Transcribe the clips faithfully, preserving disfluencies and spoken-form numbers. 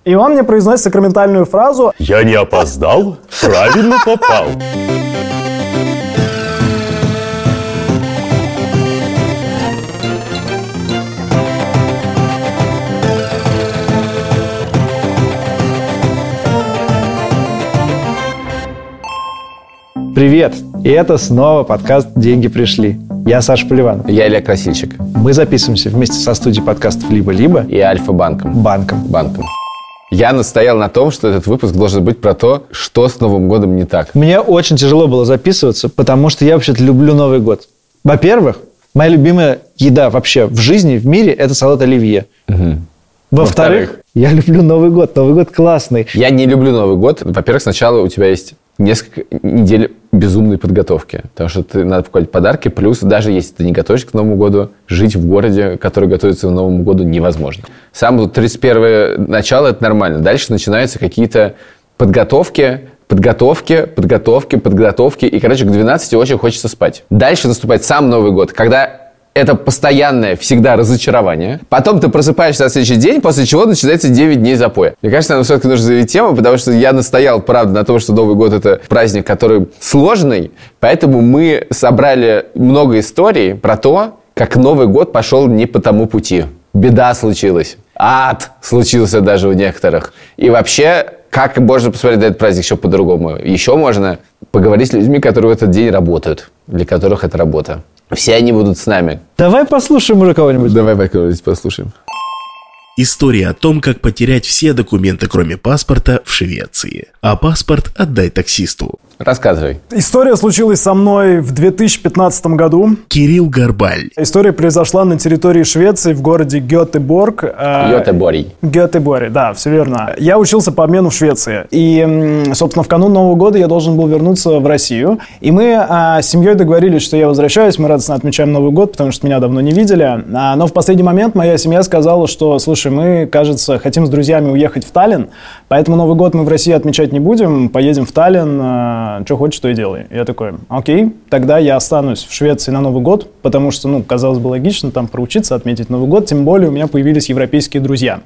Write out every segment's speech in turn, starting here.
И он мне произносит сакраментальную фразу: «Я не опоздал, правильно попал». Привет! И это снова подкаст «Деньги пришли». Я Саша Поливанов. Я Илья Красильщик. Мы записываемся вместе со студией подкастов «Либо-либо» и Альфа-банком. Банком. Банком. Я настоял на том, что этот выпуск должен быть про то, что с Новым годом не так. Мне очень тяжело было записываться, потому что я вообще-то люблю Новый год. Во-первых, моя любимая еда вообще в жизни, в мире – это салат оливье. Угу. Во-вторых, Во-вторых, я люблю Новый год. Новый год классный. Я не люблю Новый год. Во-первых, сначала у тебя есть несколько недель безумной подготовки. Потому что ты, надо покупать подарки. Плюс, даже если ты не готовишь к Новому году, жить в городе, который готовится к Новому году, невозможно. Самое тридцать первое начало – это нормально. Дальше начинаются какие-то подготовки, подготовки, подготовки, подготовки. И, короче, к двенадцати очень хочется спать. Дальше наступает сам Новый год, когда это постоянное всегда разочарование. Потом ты просыпаешься на следующий день, после чего начинается девять дней запоя. Мне кажется, нам все-таки нужно заявить тему, потому что я настоял, правда, на том, что Новый год – это праздник, который сложный. Поэтому мы собрали много историй про то, как Новый год пошел не по тому пути. Беда случилась. Ад случился даже у некоторых. И вообще, как можно посмотреть на этот праздник еще по-другому? Еще можно поговорить с людьми, которые в этот день работают, для которых это работа. Все они будут с нами. Давай послушаем уже кого-нибудь. Давай кого-нибудь послушаем. История о том, как потерять все документы, кроме паспорта, в Швеции. А паспорт отдай таксисту. Рассказывай. История случилась со мной в две тысячи пятнадцатом году. Кирилл Горбаль. История произошла на территории Швеции в городе Гетеборг. Гетеборий. Гетеборий, да, все верно. Я учился по обмену в Швеции. И, собственно, в канун Нового года я должен был вернуться в Россию. И мы а, с семьей договорились, что я возвращаюсь. Мы радостно отмечаем Новый год, потому что меня давно не видели. А, но в последний момент моя семья сказала, что, слушай, мы, кажется, хотим с друзьями уехать в Таллин. Поэтому Новый год мы в России отмечать не будем. Поедем в Таллин. А, что хочешь, то и делай. Я такой, окей, тогда я останусь в Швеции на Новый год, потому что, ну, казалось бы, логично там проучиться, отметить Новый год, тем более у меня появились европейские друзья.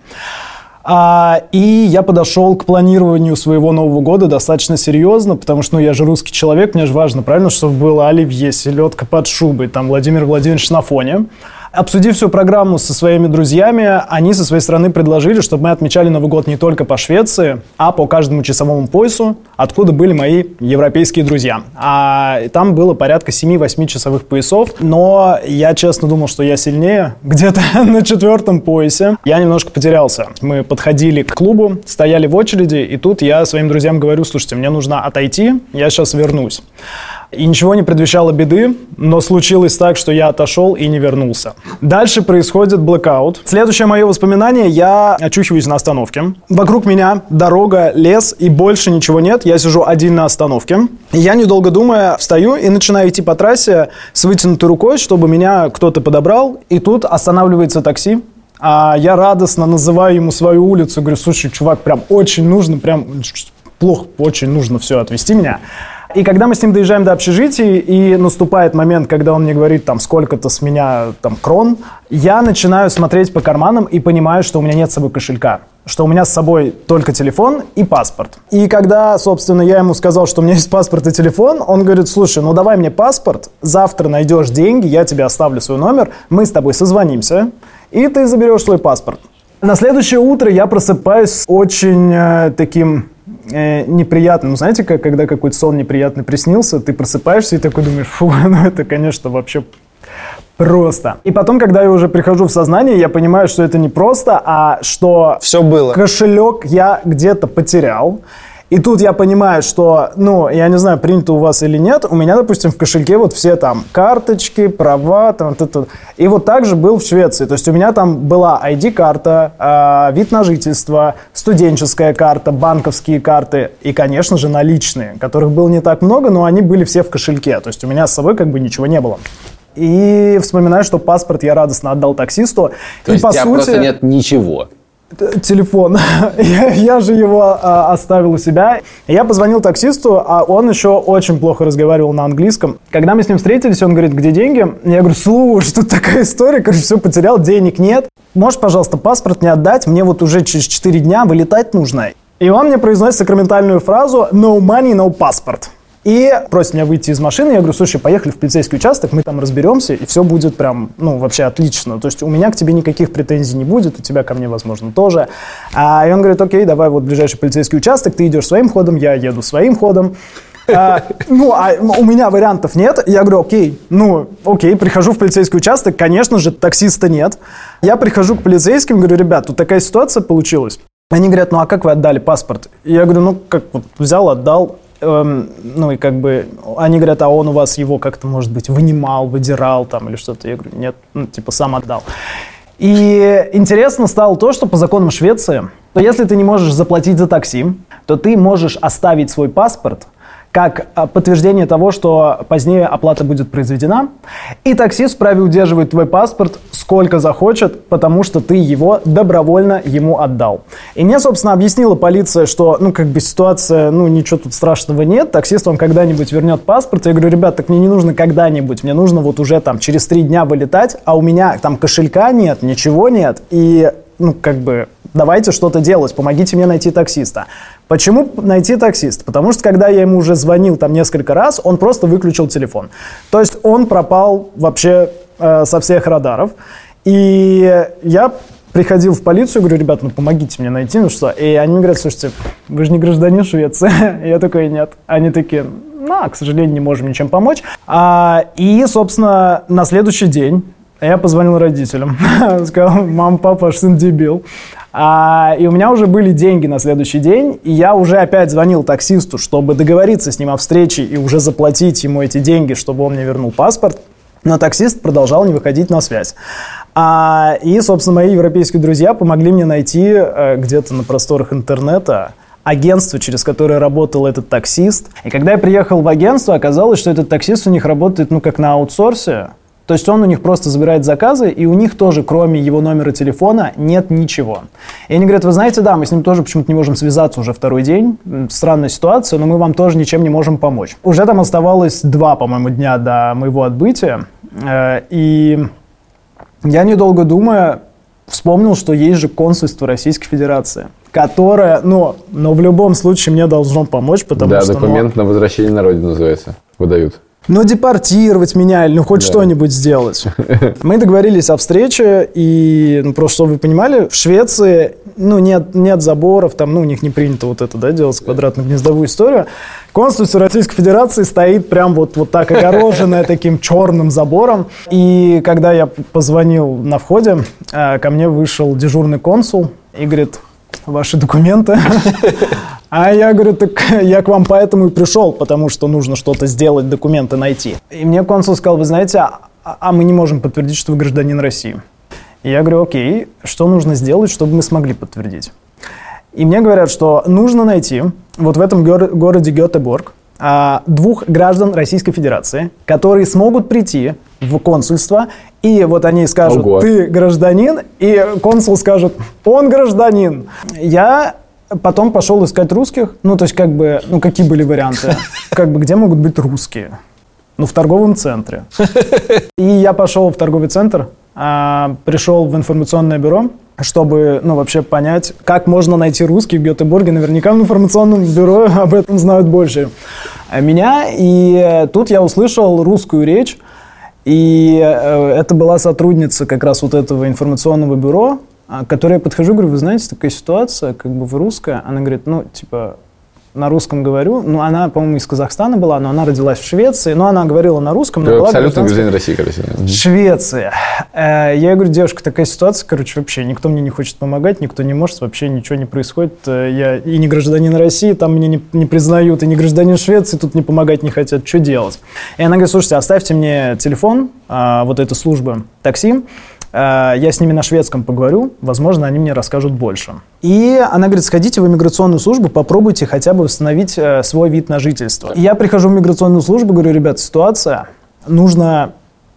А, и я подошел к планированию своего Нового года достаточно серьезно, потому что, ну, я же русский человек, мне же важно, правильно, чтобы было оливье, селедка под шубой, там, Владимир Владимирович на фоне. Обсудив всю программу со своими друзьями, они со своей стороны предложили, чтобы мы отмечали Новый год не только по Швеции, а по каждому часовому поясу, откуда были мои европейские друзья. А там было порядка семь-восемь часовых поясов, но я честно думал, что я сильнее, где-то на четвертом поясе. Я немножко потерялся. Мы подходили к клубу, стояли в очереди, и тут я своим друзьям говорю, слушайте, мне нужно отойти, я сейчас вернусь. И ничего не предвещало беды, но случилось так, что я отошел и не вернулся. Дальше происходит блэкаут. Следующее мое воспоминание, я очухиваюсь на остановке. Вокруг меня дорога, лес и больше ничего нет. Я сижу один на остановке. И я, недолго думая, встаю и начинаю идти по трассе с вытянутой рукой, чтобы меня кто-то подобрал. И тут останавливается такси. А я радостно называю ему свою улицу. Говорю, слушай, чувак, прям очень нужно, прям плохо, очень нужно все, отвезти меня. И когда мы с ним доезжаем до общежития, и наступает момент, когда он мне говорит, там, сколько-то с меня, там, крон, я начинаю смотреть по карманам и понимаю, что у меня нет с собой кошелька, что у меня с собой только телефон и паспорт. И когда, собственно, я ему сказал, что у меня есть паспорт и телефон, он говорит, слушай, ну давай мне паспорт, завтра найдешь деньги, я тебе оставлю свой номер, мы с тобой созвонимся, и ты заберешь свой паспорт. На следующее утро я просыпаюсь с очень э, таким... неприятно. Ну, знаете, как, когда какой-то сон неприятный приснился, ты просыпаешься и такой думаешь, фу, ну это, конечно, вообще просто. И потом, когда я уже прихожу в сознание, я понимаю, что это не просто, а что все было. Кошелек я где-то потерял. И тут я понимаю, что, ну, я не знаю, принято у вас или нет, у меня, допустим, в кошельке вот все там карточки, права, там, вот это. И вот так же был в Швеции. То есть у меня там была ай ди-карта, э, вид на жительство, студенческая карта, банковские карты и, конечно же, наличные, которых было не так много, но они были все в кошельке. То есть у меня с собой как бы ничего не было. И вспоминаю, что паспорт я радостно отдал таксисту. То и есть по у тебя сути... просто нет ничего? телефон. я, я же его а, оставил у себя. Я позвонил таксисту, а он еще очень плохо разговаривал на английском. Когда мы с ним встретились, он говорит, где деньги? Я говорю, слушай, тут такая история, короче, все потерял, денег нет. Можешь, пожалуйста, паспорт мне отдать? Мне вот уже через четыре дня вылетать нужно. И он мне произносит сакраментальную фразу «no money, no passport». И просит меня выйти из машины. Я говорю, слушай, поехали в полицейский участок, мы там разберемся, и все будет прям, ну, вообще отлично. То есть у меня к тебе никаких претензий не будет, у тебя ко мне, возможно, тоже. А, и он говорит, окей, давай вот ближайший полицейский участок, ты идешь своим ходом, я еду своим ходом. А, ну, а у меня вариантов нет. Я говорю, окей, ну, окей, прихожу в полицейский участок, конечно же, таксиста нет. Я прихожу к полицейским, говорю, ребят, тут такая ситуация получилась. Они говорят, ну, а как вы отдали паспорт? И я говорю, ну, как вот взял, отдал. Ну, и как бы, они говорят, а он у вас его как-то, может быть, вынимал, выдирал там или что-то. Я говорю, нет, ну, типа, сам отдал. И интересно стало то, что по законам Швеции, то если ты не можешь заплатить за такси, то ты можешь оставить свой паспорт как подтверждение того, что позднее оплата будет произведена, и таксист вправе удерживать твой паспорт сколько захочет, потому что ты его добровольно ему отдал. И мне, собственно, объяснила полиция, что, ну, как бы ситуация, ну, ничего тут страшного нет, таксист вам когда-нибудь вернет паспорт. Я говорю, ребят, так мне не нужно когда-нибудь, мне нужно вот уже там через три дня вылетать, а у меня там кошелька нет, ничего нет, и, ну, как бы, давайте что-то делать, помогите мне найти таксиста. Почему найти таксиста? Потому что, когда я ему уже звонил там несколько раз, он просто выключил телефон. То есть он пропал вообще э, со всех радаров. И я приходил в полицию, говорю, ребят, ну помогите мне найти, ну что? И они мне говорят, слушайте, вы же не гражданин Швеции. Я такой, нет. Они такие, ну, к сожалению, не можем ничем помочь. А, и, собственно, на следующий день я позвонил родителям. Сказал, мам, папа, ваш сын дебил. А, и у меня уже были деньги на следующий день, и я уже опять звонил таксисту, чтобы договориться с ним о встрече и уже заплатить ему эти деньги, чтобы он мне вернул паспорт. Но таксист продолжал не выходить на связь. А, и, собственно, мои европейские друзья помогли мне найти а, где-то на просторах интернета агентство, через которое работал этот таксист. И когда я приехал в агентство, оказалось, что этот таксист у них работает, ну, как на аутсорсе. То есть он у них просто забирает заказы, и у них тоже, кроме его номера телефона, нет ничего. И они говорят, вы знаете, да, мы с ним тоже почему-то не можем связаться уже второй день. Странная ситуация, но мы вам тоже ничем не можем помочь. Уже там оставалось два, по-моему, дня до моего отбытия. И я, недолго думая, вспомнил, что есть же консульство Российской Федерации, которое, ну, но в любом случае мне должно помочь, потому да, что... Да, документ ну, на возвращение на родину называется, выдают. Ну, депортировать меня или ну, хоть да. что-нибудь сделать. Мы договорились о встрече, и, ну, просто, чтобы вы понимали, в Швеции, ну, нет, нет заборов, там, ну, у них не принято вот это, да, делать квадратно-гнездовую историю. Консульство Российской Федерации стоит прям вот, вот так огороженное таким черным забором. И когда я позвонил на входе, ко мне вышел дежурный консул и говорит, ваши документы. А я говорю, так я к вам поэтому и пришел, потому что нужно что-то сделать, документы найти. И мне консул сказал, вы знаете, а, а мы не можем подтвердить, что вы гражданин России. И я говорю, окей, что нужно сделать, чтобы мы смогли подтвердить? И мне говорят, что нужно найти вот в этом гор- городе Гетеборг а, двух граждан Российской Федерации, которые смогут прийти в консульство, и вот они скажут, Ого. ты гражданин, и консул скажет, он гражданин. Я потом пошел искать русских, ну, то есть, как бы, ну, какие были варианты? Как бы, где могут быть русские? Ну, в торговом центре. И я пошел в торговый центр, а, пришел в информационное бюро, чтобы, ну, вообще понять, как можно найти русских в Гетеборге. Наверняка в информационном бюро об этом знают больше меня. И тут я услышал русскую речь. И это была сотрудница как раз вот этого информационного бюро, к которой я подхожу, говорю, вы знаете, такая ситуация, как бы вы русская. Она говорит, ну, типа, на русском говорю. Ну, она, по-моему, из Казахстана была, но она родилась в Швеции. Но она говорила на русском. Но абсолютно гражданин России, короче. Швеция. Я говорю, девушка, такая ситуация, короче, вообще никто мне не хочет помогать, никто не может, вообще ничего не происходит. Я и не гражданин России, там меня не, не признают, и не гражданин Швеции, тут не помогать не хотят, что делать? И она говорит, слушайте, оставьте мне телефон, вот этой службы такси, я с ними на шведском поговорю, возможно, они мне расскажут больше. И она говорит, сходите в иммиграционную службу, попробуйте хотя бы восстановить свой вид на жительство. И я прихожу в иммиграционную службу, говорю, ребят, ситуация, нужно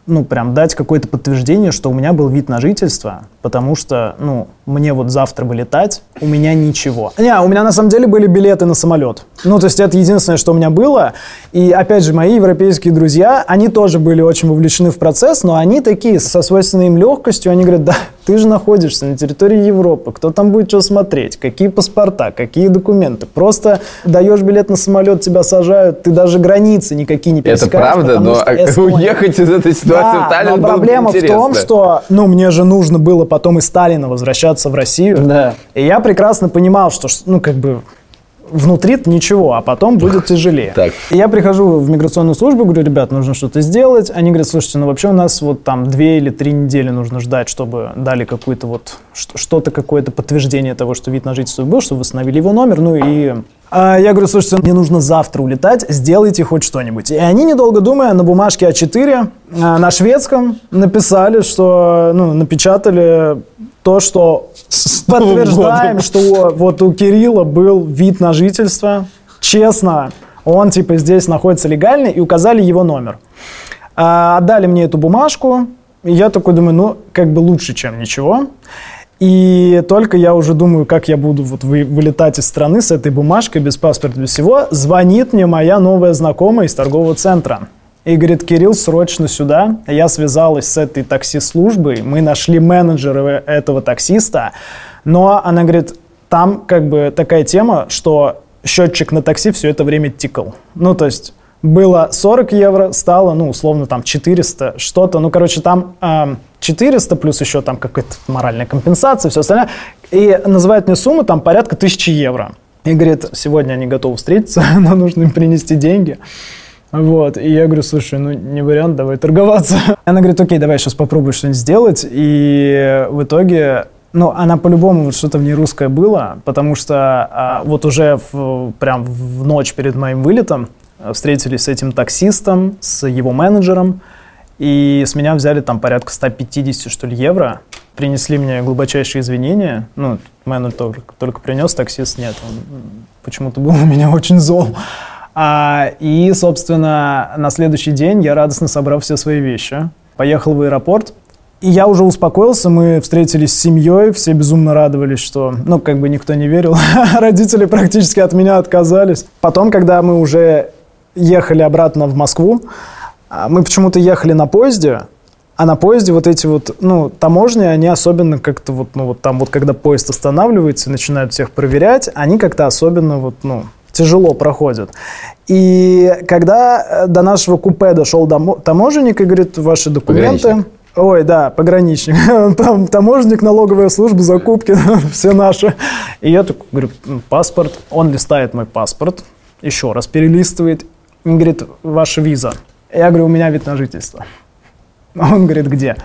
ну, прям дать какое-то подтверждение, что у меня был вид на жительство, потому что, ну, мне вот завтра бы летать, у меня ничего. Не, у меня на самом деле были билеты на самолет. Ну, то есть это единственное, что у меня было. И, опять же, мои европейские друзья, они тоже были очень вовлечены в процесс, но они такие, со свойственной им легкостью, они говорят, да, ты же находишься на территории Европы, кто там будет что смотреть, какие паспорта, какие документы. Просто даешь билет на самолет, тебя сажают, ты даже границы никакие не пересекаешь. Это правда, но уехать из этой ситуации да, в Таллин но проблема было бы в том, что, ну, мне же нужно было потом из Таллина возвращаться в Россию. Да. И я прекрасно понимал, что, ну, как бы, внутри-то ничего, а потом будет тяжелее. Так. И я прихожу в миграционную службу, говорю, ребят, нужно что-то сделать. Они говорят, слушайте, ну вообще у нас вот там две или три недели нужно ждать, чтобы дали какую-то вот что-то, какое-то подтверждение того, что вид на жительство был, чтобы восстановили его номер. Ну и а я говорю, слушайте, мне нужно завтра улетать, сделайте хоть что-нибудь. И они, недолго думая, на бумажке а четыре а, на шведском написали, что, ну, напечатали то, что подтверждаем, что вот у Кирилла был вид на жительство. Честно, он типа здесь находится легально, и указали его номер. А, отдали мне эту бумажку, и я такой думаю, ну, как бы лучше, чем ничего. И только я уже думаю, как я буду вот вы, вылетать из страны с этой бумажкой, без паспорта, без всего, звонит мне моя новая знакомая из торгового центра. И говорит, Кирилл, срочно сюда. Я связалась с этой такси-службой, мы нашли менеджера этого таксиста, но она говорит, там как бы такая тема, что счетчик на такси все это время тикал. Ну, то есть было сорок евро, стало, ну, условно, там четыреста, что-то. Ну, короче, там э, четыреста плюс еще там какая-то моральная компенсация, все остальное. И называет мне сумму там порядка тысячи евро. И говорит, сегодня они готовы встретиться, но нужно им принести деньги. Вот, и я говорю, слушай, ну не вариант, давай торговаться. Она говорит, окей, давай сейчас попробую что-нибудь сделать. И в итоге, ну, она по-любому вот что-то в ней русское было, потому что а, вот уже в, прям в ночь перед моим вылетом встретились с этим таксистом, с его менеджером, и с меня взяли там порядка сто пятьдесят, что ли, евро. Принесли мне глубочайшие извинения. Ну, менеджер только, только принес, таксист нет. Он почему-то был на меня очень зол. А, и, собственно, на следующий день я, радостно собрав все свои вещи, поехал в аэропорт. И я уже успокоился, мы встретились с семьей, все безумно радовались, что, ну, как бы никто не верил. Родители практически от меня отказались. Потом, когда мы уже ехали обратно в Москву, мы почему-то ехали на поезде, а на поезде вот эти вот, ну, таможни, они особенно как-то вот, ну, вот там вот, когда поезд останавливается и начинают всех проверять, они как-то особенно вот, ну, тяжело проходят. И когда до нашего купе дошел таможенник и говорит, ваши документы... Пограничник. Ой, да, пограничник. Там таможенник, налоговая служба, закупки, все наши. И я такой говорю, паспорт. Он листает мой паспорт, еще раз перелистывает. И говорит, ваша виза. Я говорю, у меня вид на жительство. Он говорит, где?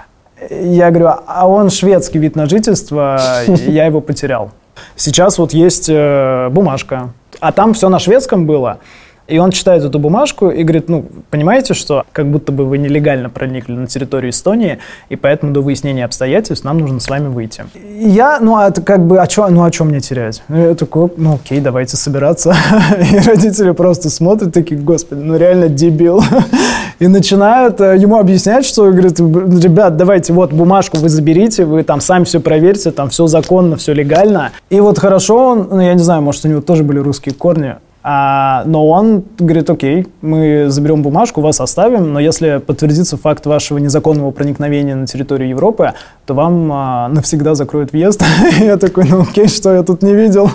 Я говорю, а он шведский вид на жительство, я его потерял. Сейчас вот есть э, бумажка, а там все на шведском было. И он читает эту бумажку и говорит, ну, понимаете, что как будто бы вы нелегально проникли на территорию Эстонии, и поэтому до выяснения обстоятельств нам нужно с вами выйти. И я, ну, а это как бы, а чё, ну, а что мне терять? Я такой, ну, окей, давайте собираться. И родители просто смотрят, такие, господи, ну, реально дебил. И начинают ему объяснять, что, говорит, ребят, давайте, вот, бумажку вы заберите, вы там сами все проверьте, там все законно, все легально. И вот хорошо он, ну, я не знаю, может, у него тоже были русские корни, А, но он говорит, окей, мы заберем бумажку, вас оставим, но если подтвердится факт вашего незаконного проникновения на территорию Европы, то вам а, навсегда закроют въезд. Я такой, ну окей, что я тут не видел.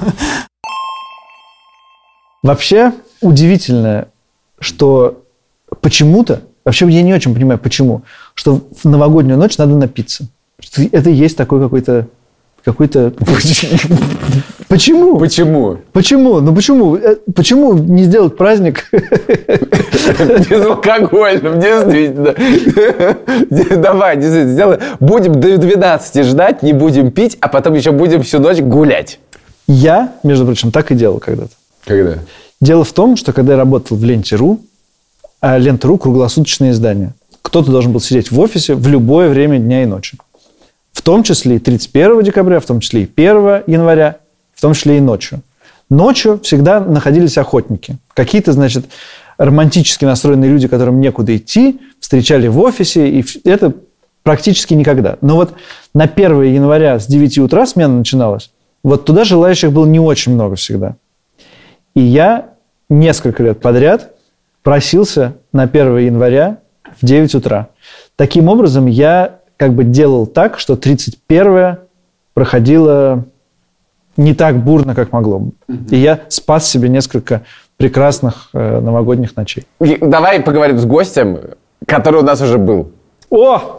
Вообще удивительно, что почему-то, вообще я не очень понимаю, почему, что в новогоднюю ночь надо напиться. Что это есть такой какой-то... Какой-то... Почему? Почему? Почему? Ну почему? Почему не сделать праздник? Безалкогольным, действительно. Давай, действительно, сделай. Будем до двенадцати ждать, не будем пить, а потом еще будем всю ночь гулять. Я, между прочим, так и делал когда-то. Когда? Дело в том, что когда я работал в Ленте.ру, а Лента.ру круглосуточное издание, кто-то должен был сидеть в офисе в любое время дня и ночи. В том числе и тридцать первого декабря, в том числе и первого января, в том числе и ночью. Ночью всегда находились охотники. Какие-то, значит, романтически настроенные люди, которым некуда идти, встречали в офисе, и это практически никогда. Но вот на первое января с девяти утра смена начиналась, вот туда желающих было не очень много всегда. И я несколько лет подряд просился на первое января в девять утра. Таким образом, я как бы делал так, что тридцать первое проходило не так бурно, как могло бы. Mm-hmm. И я спас себе несколько прекрасных э, новогодних ночей. Давай поговорим с гостем, который у нас уже был. О!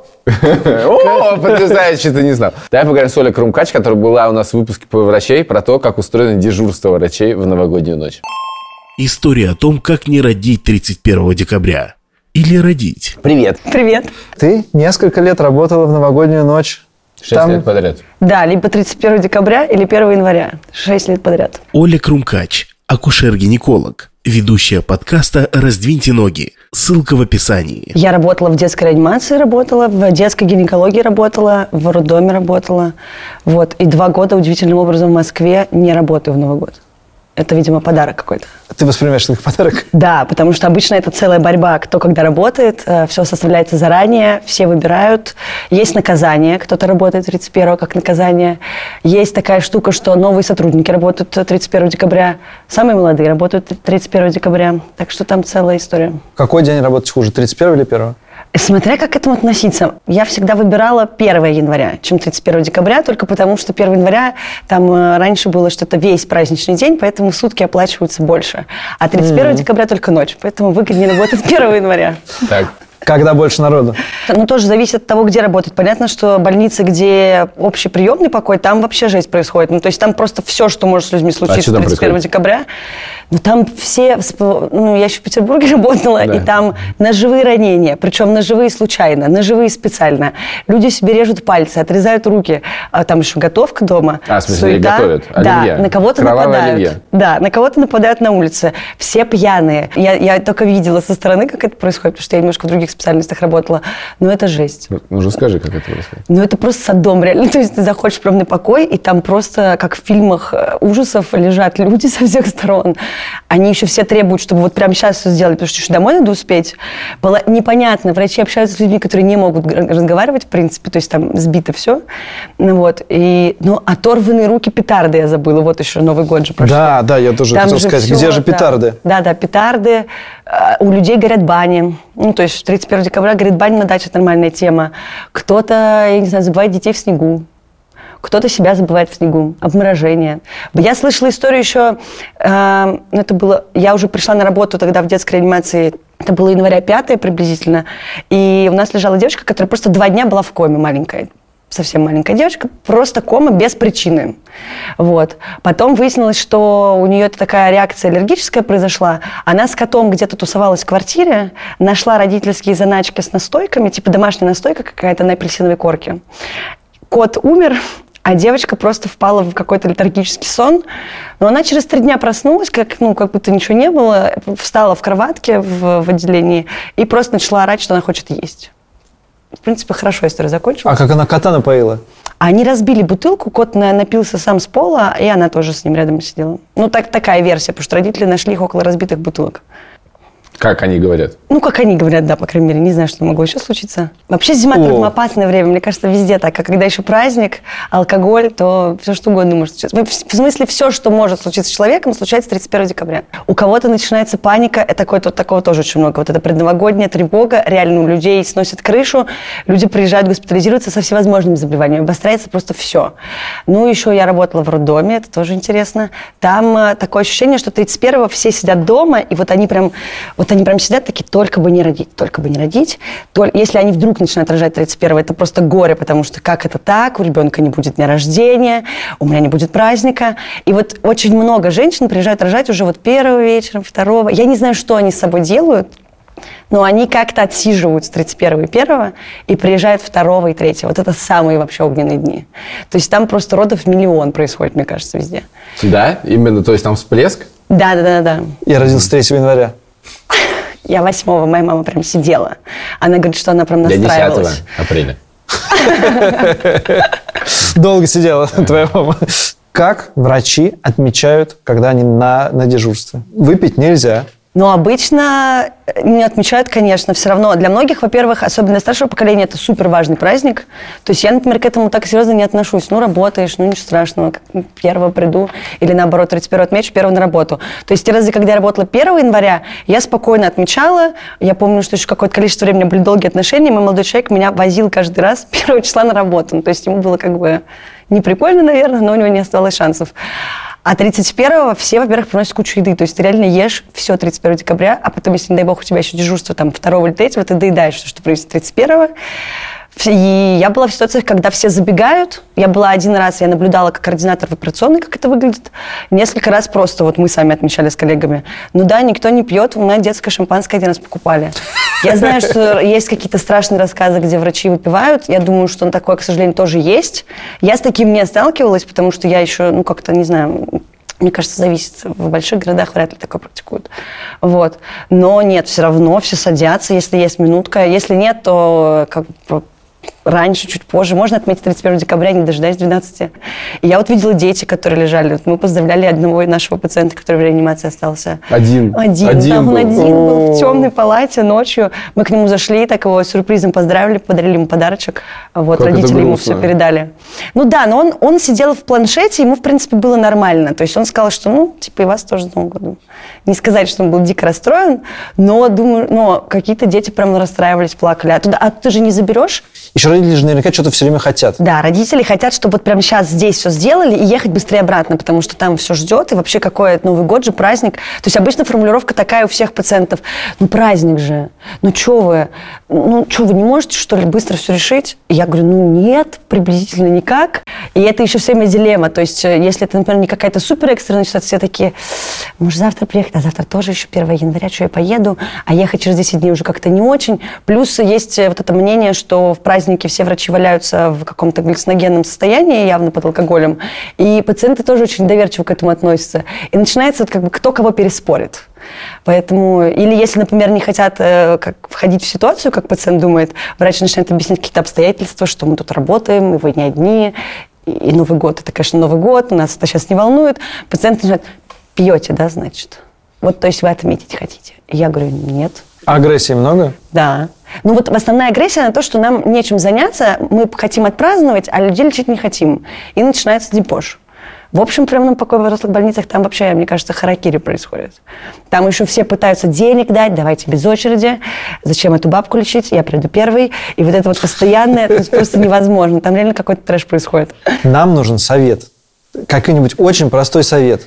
О, потрясающе, ты не знал. Давай поговорим с Олей Крумкач, которая была у нас в выпуске по врачей, про то, как устроено дежурство врачей в новогоднюю ночь. История о том, как не родить тридцать первого декабря. Или родить. Привет. Привет. Ты несколько лет работала в новогоднюю ночь. Шесть Там... лет подряд. Да, либо тридцать первого декабря или первого января. Шесть лет подряд. Оля Крумкач, акушер-гинеколог, ведущая подкаста «Раздвиньте ноги». Ссылка в описании. Я работала в детской реанимации, работала, в детской гинекологии работала, в роддоме работала. Вот. И два года удивительным образом в Москве не работаю в Новый год. Это, видимо, подарок какой-то. Ты воспринимаешь это как подарок? Да, потому что обычно это целая борьба, кто когда работает, все составляется заранее, все выбирают. Есть наказание, кто-то работает тридцать первого как наказание. Есть такая штука, что новые сотрудники работают тридцать первого декабря, самые молодые работают тридцать первого декабря. Так что там целая история. Какой день работать хуже, тридцать первого или первого? Смотря как к этому относиться. Я всегда выбирала первого января, чем тридцать первого декабря, только потому что первого января там э, раньше было что-то весь праздничный день, поэтому сутки оплачиваются больше. А тридцать первого mm-hmm. декабря только ночь, поэтому выгоднее работать первого января. Так. Когда больше народу? Ну, тоже зависит от того, где работать. Понятно, что больницы, где общий приемный покой, там вообще жесть происходит. Ну, то есть там просто все, что может с людьми случиться а тридцать первого декабря. Ну, там все... Ну, я еще в Петербурге работала, да. И там ножевые ранения. Причем ножевые случайно, ножевые специально. Люди себе режут пальцы, отрезают руки. А там еще готовка дома. А, в смысле, суета. готовят? Оливье. Да, на кого-то Кровавое нападают. оливье. Да, на кого-то нападают на улице. Все пьяные. Я, я только видела со стороны, как это происходит, потому что я немножко в других специальностях работала. Но это жесть. Ну, уже скажи, как это происходит. Ну, это просто садом, реально. То есть ты заходишь в приемный покой, и там просто, как в фильмах ужасов, лежат люди со всех сторон. Они еще все требуют, чтобы вот прямо сейчас все сделали, потому что еще домой надо успеть. Было непонятно. Врачи общаются с людьми, которые не могут разговаривать, в принципе. То есть там сбито все. Ну, вот. И, ну, оторванные руки петарды я забыла. Вот еще Новый год же прошел. Да, да, я тоже там хотел же сказать. все, Где же да. петарды? Да, да, петарды. У людей горят бани. Ну, то есть тридцать первого декабря горит баня на даче, это нормальная тема. Кто-то, я не знаю, забывает детей в снегу. Кто-то себя забывает в снегу. Обморожение. Я слышала историю еще, э, это было, я уже пришла на работу тогда в детской реанимации, это было января пятое приблизительно, и у нас лежала девочка, которая просто два дня была в коме, маленькая. Совсем маленькая девочка, просто кома без причины. Вот. Потом выяснилось, что у нее такая реакция аллергическая произошла. Она с котом где-то тусовалась в квартире, нашла родительские заначки с настойками, типа домашняя настойка какая-то на апельсиновой корке. Кот умер, а девочка просто впала в какой-то летаргический сон. Но она через три дня проснулась, как, ну, как будто ничего не было, встала в кроватке в, в отделении и просто начала орать, что она хочет есть. В принципе, хорошо история закончилась. А как она кота напоила? Они разбили бутылку, кот на, напился сам с пола, и она тоже с ним рядом сидела. Ну, так, такая версия, потому что родители нашли их около разбитых бутылок. Как они говорят? Ну, как они говорят, да, по крайней мере. Не знаю, что могло еще случиться. Вообще зима травмоопасное время. Мне кажется, везде так. А когда еще праздник, алкоголь, то все что угодно может случиться. В смысле, все, что может случиться с человеком, случается тридцать первого декабря. У кого-то начинается паника. Это такое, такого тоже очень много. Вот это предновогодняя тревога. Реально у людей сносит крышу. Люди приезжают госпитализироваться со всевозможными заболеваниями. Обостряется просто все. Ну, еще я работала в роддоме. Это тоже интересно. Там такое ощущение, что тридцать первого все сидят дома, и вот они прям... Вот они прям сидят такие, только бы не родить, только бы не родить. Только... Если они вдруг начинают рожать тридцать первого, это просто горе, потому что как это так? У ребенка не будет дня рождения, у меня не будет праздника. И вот очень много женщин приезжают рожать уже вот первого вечером, второго. Я не знаю, что они с собой делают, но они как-то отсиживают с тридцать первого и первого и приезжают второго и третьего. Вот это самые вообще огненные дни. То есть там просто родов миллион происходит, мне кажется, везде. Да? Именно, то есть там всплеск? Да, да, да, да. Я родился третьего января. Я восьмого, моя мама прям сидела. Она говорит, что она прям настраивалась. Я десятого апреля. Долго сидела твоя мама. Как врачи отмечают, когда они на, на дежурстве? Выпить нельзя. Но обычно не отмечают, конечно, все равно. Для многих, во-первых, особенно для старшего поколения, это супер важный праздник. То есть я, например, к этому так серьезно не отношусь. Ну, работаешь, ну, ничего страшного, как первого приду. Или наоборот, тридцать первого отмечу, первого на работу. То есть те разы, когда я работала первого января, я спокойно отмечала. Я помню, что еще какое-то количество времени были долгие отношения. Мой молодой человек меня возил каждый раз первого числа на работу. Ну, то есть ему было как бы не прикольно, наверное, но у него не оставалось шансов. А тридцать первого все, во-первых, приносят кучу еды. То есть ты реально ешь все тридцать первого декабря, а потом, если, не дай бог, у тебя еще дежурство там второго или третьего, ты доедаешь все, что принесет тридцать первого. И я была в ситуациях, когда все забегают. Я была один раз, я наблюдала как координатор в операционной, как это выглядит. Несколько раз просто вот мы сами отмечали с коллегами. Ну да, никто не пьет, у меня детское шампанское один раз покупали. Я знаю, что есть какие-то страшные рассказы, где врачи выпивают. Я думаю, что такое, к сожалению, тоже есть. Я с таким не сталкивалась, потому что я еще, ну как-то, не знаю... Мне кажется, зависит. В больших городах вряд ли такое практикуют. Вот. Но нет, все равно все садятся, если есть минутка. Если нет, то как бы раньше, чуть позже. Можно отметить тридцать первого декабря, не дожидаясь двенадцати. И я вот видела дети, которые лежали. Вот мы поздравляли одного нашего пациента, который в реанимации остался. Один. Один. Один да, он был. один был в темной палате ночью. Мы к нему зашли, так его сюрпризом поздравили, подарили ему подарочек. Вот, Как родители это ему грустно. все передали. Ну да, но он, он сидел в планшете, ему, в принципе, было нормально. То есть он сказал, что, ну, типа, и вас тоже с Новым годом. Не сказать, что он был дико расстроен, но, думаю, но какие-то дети прям расстраивались, плакали. А, туда, а ты же не заберешь? Еще родители же наверняка что-то все время хотят. Да, родители хотят, чтобы вот прямо сейчас здесь все сделали и ехать быстрее обратно, потому что там все ждет, и вообще какой это Новый год же, праздник. То есть обычно формулировка такая у всех пациентов. Ну, праздник же. Ну, что вы? Ну, что, вы не можете, что ли, быстро все решить? И я говорю, ну, нет, приблизительно никак. И это еще все время дилемма. То есть если это, например, не какая-то супер экстренная ситуация, все такие, может, завтра приехать, а завтра тоже еще первого января, что я поеду, а ехать через десять дней уже как-то не очень. Плюс есть вот это мнение, что в праздники все врачи валяются в каком-то галлюциногенном состоянии, явно под алкоголем. И пациенты тоже очень доверчиво к этому относятся. И начинается вот как бы кто кого переспорит. Поэтому, или если, например, не хотят э, как, входить в ситуацию, как пациент думает, врач начинает объяснять какие-то обстоятельства, что мы тут работаем, и вы не одни, и, и Новый год, это, конечно, Новый год, нас это сейчас не волнует. Пациент начинает, пьете, да, значит? Вот, то есть вы отметить хотите? И я говорю, нет. Агрессии много? Да. Ну вот основная агрессия на то, что нам нечем заняться, мы хотим отпраздновать, а людей лечить не хотим. И начинается депош. В общем, прямо на покое в взрослых больницах там вообще, мне кажется, харакири происходит. Там еще все пытаются денег дать, давайте без очереди. Зачем эту бабку лечить? Я приду первый. И вот это вот постоянное, это просто невозможно. Там реально какой-то трэш происходит. Нам нужен совет. Какой-нибудь очень простой совет.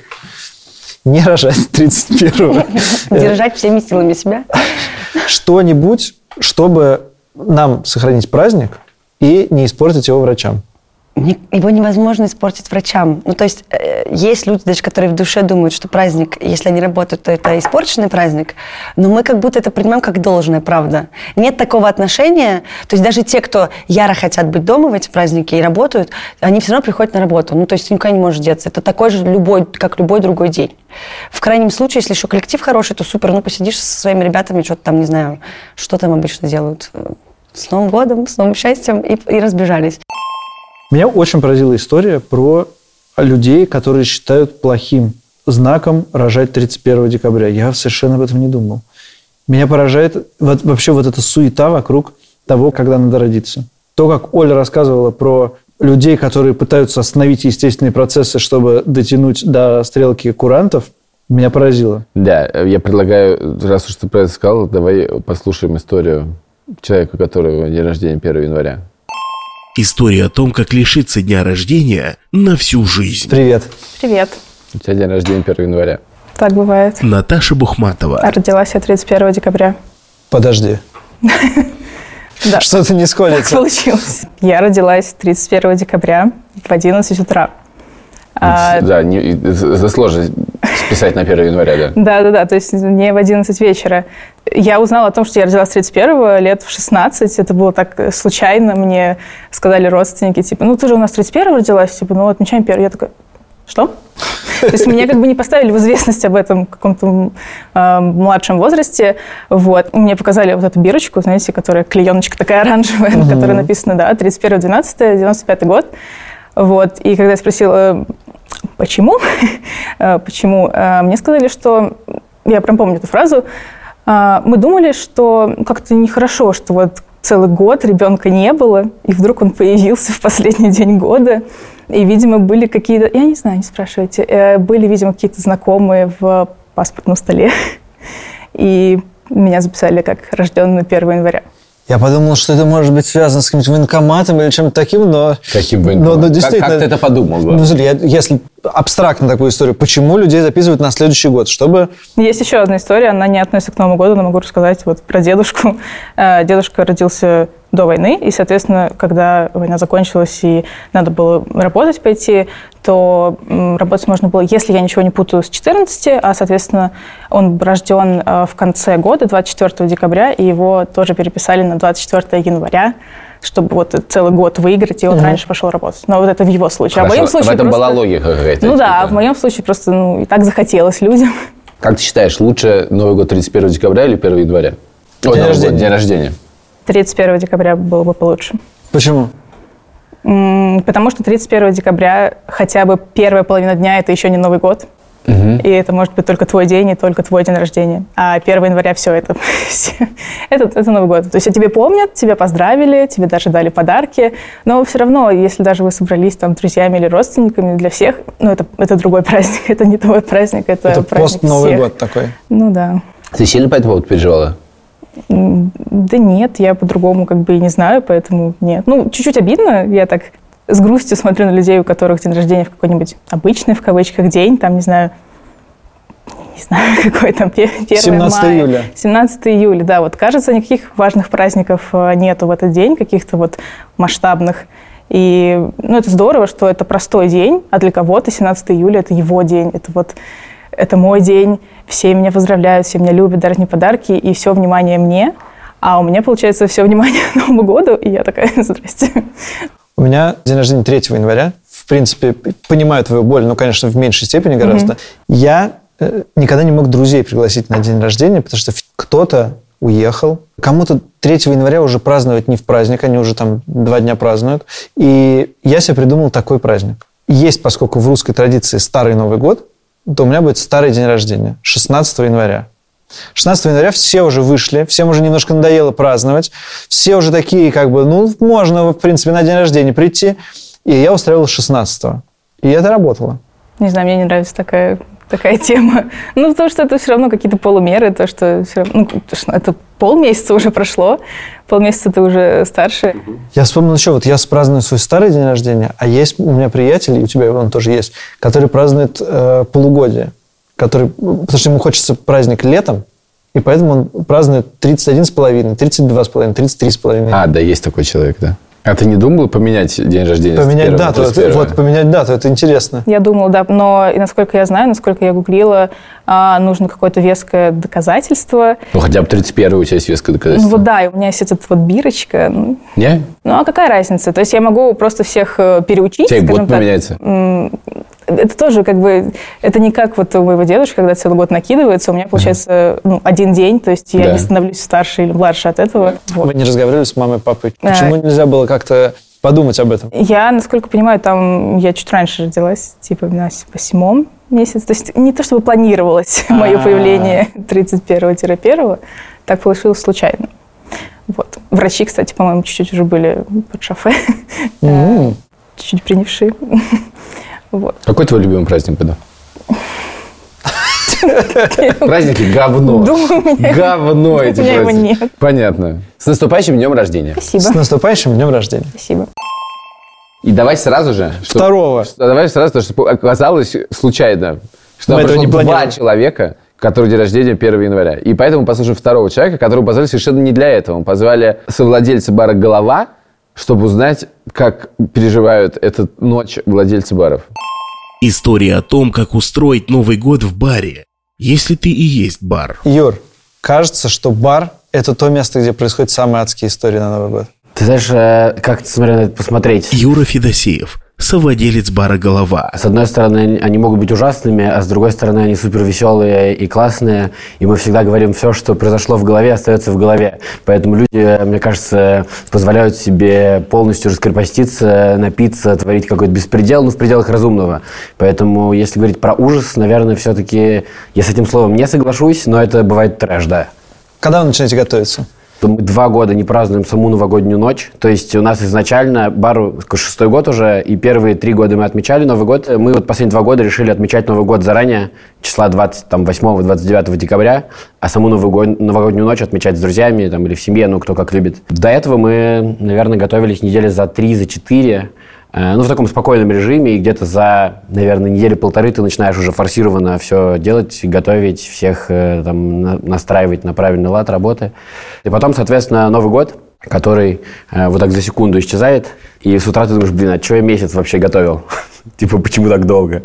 Не рожать тридцать первого. Держать всеми силами себя. Что-нибудь, чтобы нам сохранить праздник и не испортить его врачам. Его невозможно испортить врачам. Ну, то есть, э, есть люди, даже которые в душе думают, что праздник, если они работают, то это испорченный праздник, но мы как будто это принимаем как должное, правда. Нет такого отношения, то есть даже те, кто яро хотят быть дома в эти праздники и работают, они все равно приходят на работу. Ну, то есть, ты никуда не можешь деться. Это такой же, любой, как любой другой день. В крайнем случае, если еще коллектив хороший, то супер, ну, посидишь со своими ребятами, что-то там, не знаю, что там обычно делают. С Новым годом, с новым счастьем, и, и разбежались. Меня очень поразила история про людей, которые считают плохим знаком рожать тридцать первого декабря. Я совершенно об этом не думал. Меня поражает вот, вообще вот эта суета вокруг того, когда надо родиться. То, как Оля рассказывала про людей, которые пытаются остановить естественные процессы, чтобы дотянуть до стрелки курантов, меня поразило. Да, я предлагаю, раз уж ты про это сказал, давай послушаем историю человека, у которого день рождения первого января. История о том, как лишиться дня рождения на всю жизнь. Привет. Привет. У тебя день рождения первого января. Так бывает. Наташа Бухматова. Родилась я тридцать первого декабря. Подожди. Да. Что-то не Так сходится. получилось. Я родилась тридцать первого декабря в одиннадцать утра. А, Да, не, это сложно списать на первого января, да. Да, да, да, то есть не в одиннадцать вечера. Я узнала о том, что я родилась тридцать первого, лет в шестнадцать. Это было так случайно. Мне сказали родственники, типа, ну ты же у нас тридцать первого родилась, типа, ну отмечаем первый. Я такая, что? То есть меня как бы не поставили в известность об этом каком-то э, младшем возрасте. Вот. Мне показали вот эту бирочку, знаете, которая клееночка такая оранжевая, на которой написано, да, тридцать первого двенадцатого девяносто пятый год. Вот. И когда я спросила, почему, почему, мне сказали, что я прям помню эту фразу, мы думали, что как-то нехорошо, что вот целый год ребенка не было, и вдруг он появился в последний день года. И, видимо, были какие-то... Я не знаю, не спрашивайте. Были, видимо, какие-то знакомые в паспортном столе. И меня записали как рожденную первого января. Я подумал, что это может быть связано с каким-то военкоматом или чем-то таким, но... Каким военкоматом? Но, но действительно, как, как ты это подумал? Да? Ну, смотри, я, если абстрактно такую историю, почему людей записывают на следующий год? Чтобы... Есть еще одна история, она не относится к Новому году, но могу рассказать вот про дедушку. Дедушка родился до войны, и, соответственно, когда война закончилась и надо было работать пойти, то работать можно было, если я ничего не путаю, с четырнадцати, а, соответственно, он рожден в конце года, двадцать четвёртого декабря, и его тоже переписали на двадцать четвёртого января, чтобы вот целый год выиграть, и он угу. раньше пошел работать. Но вот это в его случае. Хорошо, а в моем случае в этом просто... была логика какая-то. Ну типа. Да, а в моем случае просто ну, и так захотелось людям. Как ты считаешь, лучше Новый год тридцать первого декабря или первого января? День, Ой, рождения. Год, день рождения. тридцать первого декабря было бы получше. Почему? Потому что тридцать первого декабря хотя бы первая половина дня – это еще не Новый год. Угу. И это может быть только твой день и только твой день рождения. А первого января все это, это, это Новый год. То есть о тебе помнят, тебя поздравили, тебе даже дали подарки. Но все равно, если даже вы собрались там друзьями или родственниками, для всех, ну это, это другой праздник, это не твой праздник, это, это праздник пост-Новый всех. год такой. Ну да. Ты сильно по этому поводу переживала? Да нет, я по-другому как бы и не знаю, поэтому нет. Ну, чуть-чуть обидно, я так с грустью смотрю на людей, у которых день рождения в какой-нибудь обычный, в кавычках, день, там, не знаю, не знаю, какой там, первое мая. семнадцатого июля. семнадцатого июля, да, вот кажется, никаких важных праздников нету в этот день, каких-то вот масштабных. И, ну, это здорово, что это простой день, а для кого-то семнадцатого июля это его день, это вот, это мой день, все меня поздравляют, все меня любят, дарят мне подарки, и все внимание мне, а у меня, получается, все внимание Новому году, и я такая, здрасте. У меня день рождения третьего января. В принципе, понимаю твою боль, но, конечно, в меньшей степени гораздо. Mm-hmm. Я э, никогда не мог друзей пригласить на день рождения, потому что кто-то уехал. Кому-то третьего января уже праздновать не в праздник, они уже там два дня празднуют. И я себе придумал такой праздник. Есть, поскольку в русской традиции старый Новый год, то у меня будет старый день рождения, шестнадцатого января. шестнадцатого января все уже вышли, всем уже немножко надоело праздновать, все уже такие, как бы, ну, можно, в принципе, на день рождения прийти. И я устраивал шестнадцатого. И это работало. Не знаю, мне не нравится такая, такая тема. Ну, потому что это все равно какие-то полумеры, то, что, все равно, ну, это полмесяца уже прошло, полмесяца ты уже старше. Я вспомнил еще, вот я праздную свой старый день рождения, а есть у меня приятель, и у тебя он тоже есть, который празднует э, полугодие. Который, потому что ему хочется праздник летом, и поэтому он празднует тридцать один с половиной, тридцать два с половиной, тридцать три с половиной. А, да, есть такой человек, да. А ты не думал поменять день рождения? Поменять дату, это, вот, поменять дату, это интересно. Я думала, да, но, и насколько я знаю, насколько я гуглила, а, нужно какое-то веское доказательство. Ну, хотя бы тридцать первое у тебя есть веское доказательство. Ну, вот да, и у меня есть эта вот бирочка. Не? Ну, а какая разница? То есть я могу просто всех переучить, у тебя скажем год так. поменяется. Это тоже как бы, это не как вот у моего дедушки, когда целый год накидывается, у меня получается ну, один день, то есть я да. не становлюсь старше или младше от этого. Вот. Вы не разговаривали с мамой и папой? А... Почему нельзя было как-то подумать об этом? Я, насколько понимаю, там я чуть раньше родилась, типа на восьмом месяце. То есть не то, чтобы планировалось мое появление тридцать первого первого, так получилось случайно. Вот. Врачи, кстати, по-моему, чуть-чуть уже были под шофе, чуть-чуть принявшие. Вот. Какой твой любимый праздник года? Праздники говно. Говно эти праздники. Понятно. С наступающим днем рождения. Спасибо. С наступающим днем рождения. Спасибо. И давай сразу же... Второго. Давай сразу, чтобы оказалось случайно, что нам пришло два человека, которые день рождения первого января. И поэтому послушаем второго человека, которого позвали совершенно не для этого. Мы позвали совладельца бара «Голова», чтобы узнать, как переживают эту ночь владельцы баров. История о том, как устроить Новый год в баре, если ты и есть бар. Юр, кажется, что бар – это то место, где происходят самые адские истории на Новый год. Ты знаешь, как смотря на это посмотреть? Юра Федосеев, совладелец бара «Голова». С одной стороны, они могут быть ужасными, а с другой стороны, они супер веселые и классные. И мы всегда говорим, все, что произошло в голове, остается в голове. Поэтому люди, мне кажется, позволяют себе полностью раскрепоститься, напиться, творить какой-то беспредел, ну, в пределах разумного. Поэтому, если говорить про ужас, наверное, все-таки я с этим словом не соглашусь, но это бывает трэш, да. Когда вы начинаете готовиться? Мы два года не празднуем саму новогоднюю ночь. То есть у нас изначально бару шестой год уже, и первые три года мы отмечали Новый год. Мы вот последние два года решили отмечать Новый год заранее, числа двадцать восьмого - двадцать девятого декабря, а саму новогод, новогоднюю ночь отмечать с друзьями там, или в семье, ну, кто как любит. До этого мы, наверное, готовились недели за три, за четыре. Ну, в таком спокойном режиме, и где-то за, наверное, недели-полторы ты начинаешь уже форсированно все делать, готовить, всех там, настраивать на правильный лад работы. И потом, соответственно, Новый год, который вот так за секунду исчезает, и с утра ты думаешь, блин, а что я месяц вообще готовил? Типа, почему так долго?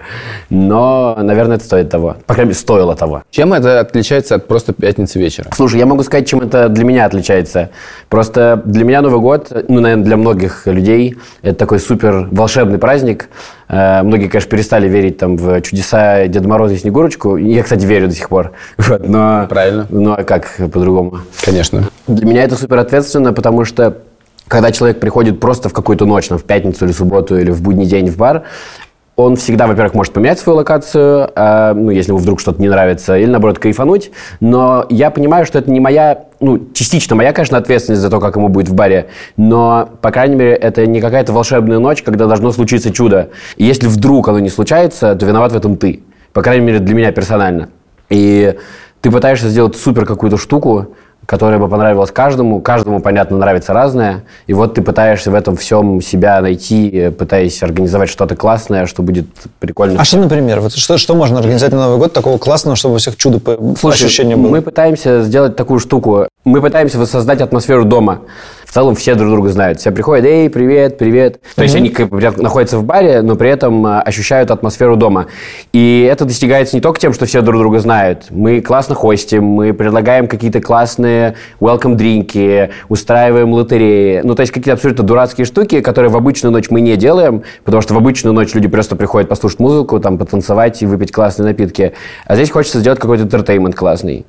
Но, наверное, это стоит того. По крайней мере, стоило того. Чем это отличается от просто пятницы вечера? Слушай, я могу сказать, чем это для меня отличается. Просто для меня Новый год, ну, наверное, для многих людей, это такой супер волшебный праздник. Многие, конечно, перестали верить там, в чудеса Деда Мороза и Снегурочку. Я, кстати, верю до сих пор. Вот, но, правильно. Ну, а как по-другому? Конечно. Для меня это супер ответственно, потому что когда человек приходит просто в какую-то ночь, там, в пятницу или субботу, или в будний день в бар, он всегда, во-первых, может поменять свою локацию, э, ну, если ему вдруг что-то не нравится, или, наоборот, кайфануть. Но я понимаю, что это не моя, ну, частично моя, конечно, ответственность за то, как ему будет в баре, но, по крайней мере, это не какая-то волшебная ночь, когда должно случиться чудо. И если вдруг оно не случается, то виноват в этом ты. По крайней мере, для меня персонально. И ты пытаешься сделать супер какую-то штуку, которая бы понравилась каждому. Каждому, понятно, нравится разное. И вот ты пытаешься в этом всем себя найти, пытаясь организовать что-то классное, что будет прикольно. А что, например? Вот что, что можно организовать на Новый год такого классного, чтобы у всех чудо по Слушай, ощущению было? Мы пытаемся сделать такую штуку. Мы пытаемся воссоздать атмосферу дома. В целом все друг друга знают. Все приходят, эй, привет, привет. То есть они как бы находятся в баре, но при этом ощущают атмосферу дома. И это достигается не только тем, что все друг друга знают. Мы классно хостим, мы предлагаем какие-то классные welcome-дринки, устраиваем лотереи. Ну, то есть какие-то абсолютно дурацкие штуки, которые в обычную ночь мы не делаем, потому что в обычную ночь люди просто приходят послушать музыку, там, потанцевать и выпить классные напитки. А здесь хочется сделать какой-то entertainment классный.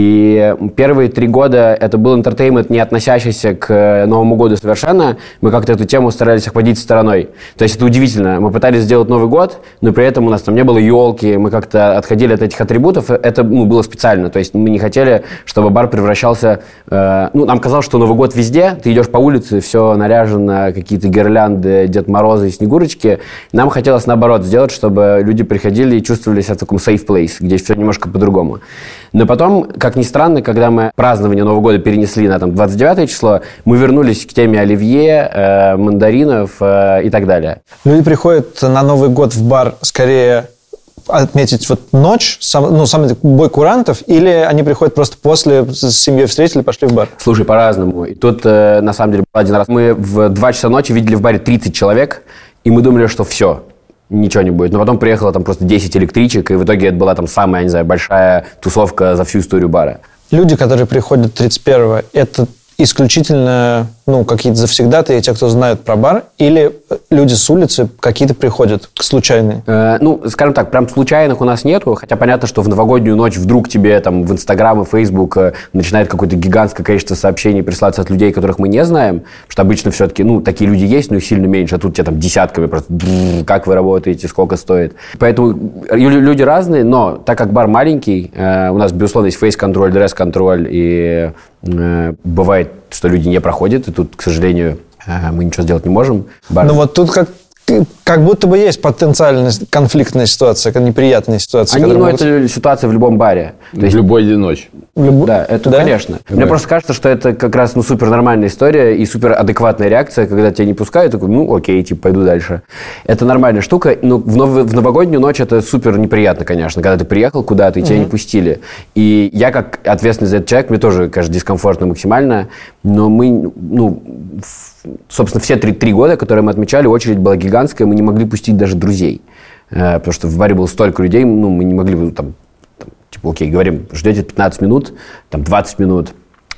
И первые три года это был entertainment, не относящийся к Новому году совершенно. Мы как-то эту тему старались обходить стороной. То есть это удивительно. Мы пытались сделать Новый год, но при этом у нас там не было елки, мы как-то отходили от этих атрибутов. Это, ну, было специально. То есть мы не хотели, чтобы бар превращался... Э, ну, нам казалось, что Новый год везде. Ты идешь по улице, все наряжено, какие-то гирлянды, Дед Мороза и Снегурочки. Нам хотелось, наоборот, сделать, чтобы люди приходили и чувствовали себя в таком safe place, где все немножко по-другому. Но потом, как ни странно, когда мы празднование Нового года перенесли на там, двадцать девятое число, мы вернулись к теме оливье, э, мандаринов э, и так далее. Люди приходят на Новый год в бар скорее отметить вот ночь, сам, ну, самый бой курантов, или они приходят просто после, с семьей встретили, пошли в бар? Слушай, по-разному. И тут, э, на самом деле, один раз мы в два часа ночи видели в баре тридцать человек, и мы думали, что все, ничего не будет. Но потом приехало там просто десять электричек, и в итоге это была там самая, не знаю, большая тусовка за всю историю бара. Люди, которые приходят тридцать первого, это исключительно, ну, какие-то завсегдатые, те, кто знают про бар, или люди с улицы какие-то приходят, случайные? Э, ну, скажем так, прям случайных у нас нету, хотя понятно, что в новогоднюю ночь вдруг тебе там в Инстаграм и Фейсбук э, начинает какое-то гигантское количество сообщений присылаться от людей, которых мы не знаем, потому что обычно все-таки, ну, такие люди есть, но их сильно меньше, а тут тебе там десятками просто, как вы работаете, сколько стоит. Поэтому люди разные, но так как бар маленький, э, у нас, безусловно, есть фейс-контроль, дресс-контроль, и э, бывает, что люди не проходят, и тут, к сожалению, мы ничего сделать не можем. Бар... Ну вот тут как, как будто бы есть потенциальная конфликтная ситуация, неприятная ситуация. Они, ну, могут... это ситуация в любом баре. То есть... В любой ночь. Люб... Да, это, да? конечно. Любой. Мне просто кажется, что это как раз, ну, супер нормальная история и супер адекватная реакция, когда тебя не пускают, такой, ну, окей, типа, пойду дальше. Это нормальная штука. Но в, нов... в новогоднюю ночь это супер неприятно, конечно, когда ты приехал куда-то и тебя mm-hmm. не пустили. И я, как ответственный за этот человек, мне тоже, конечно, дискомфортно максимально, но мы, ну, собственно, все три, три года, которые мы отмечали, очередь была гигантская, мы не могли пустить даже друзей. Потому что в баре было столько людей, ну, мы не могли бы там, там типа, окей, говорим, ждете пятнадцать минут, там двадцать минут.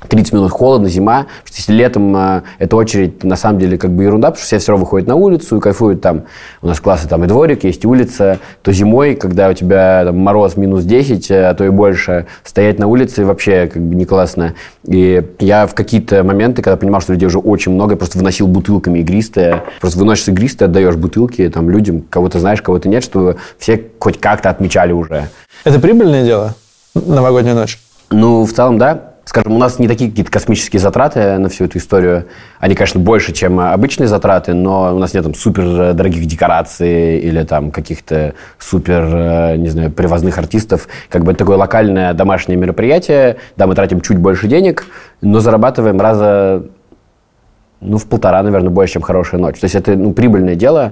тридцать минут холодно, зима. Потому что если летом э, эта очередь на самом деле как бы ерунда, потому что все все равно выходят на улицу и кайфуют там. У нас классы там и дворик, есть улица. То зимой, когда у тебя там, мороз минус десять, а то и больше, стоять на улице вообще как бы не классно. И я в какие-то моменты, когда понимал, что людей уже очень много, я просто выносил бутылками игристое. Просто выносишь игристое, отдаешь бутылки там, людям, кого ты знаешь, кого ты нет, чтобы все хоть как-то отмечали уже. Это прибыльное дело? Новогодняя ночь? Ну, в целом, да. Скажем, у нас не такие какие-то космические затраты на всю эту историю. Они, конечно, больше, чем обычные затраты, но у нас нет там супер дорогих декораций или там каких-то супер, не знаю, привозных артистов. Как бы это такое локальное домашнее мероприятие. Да, мы тратим чуть больше денег, но зарабатываем раза, ну, в полтора, наверное, больше, чем хорошая ночь. То есть это, ну, прибыльное дело,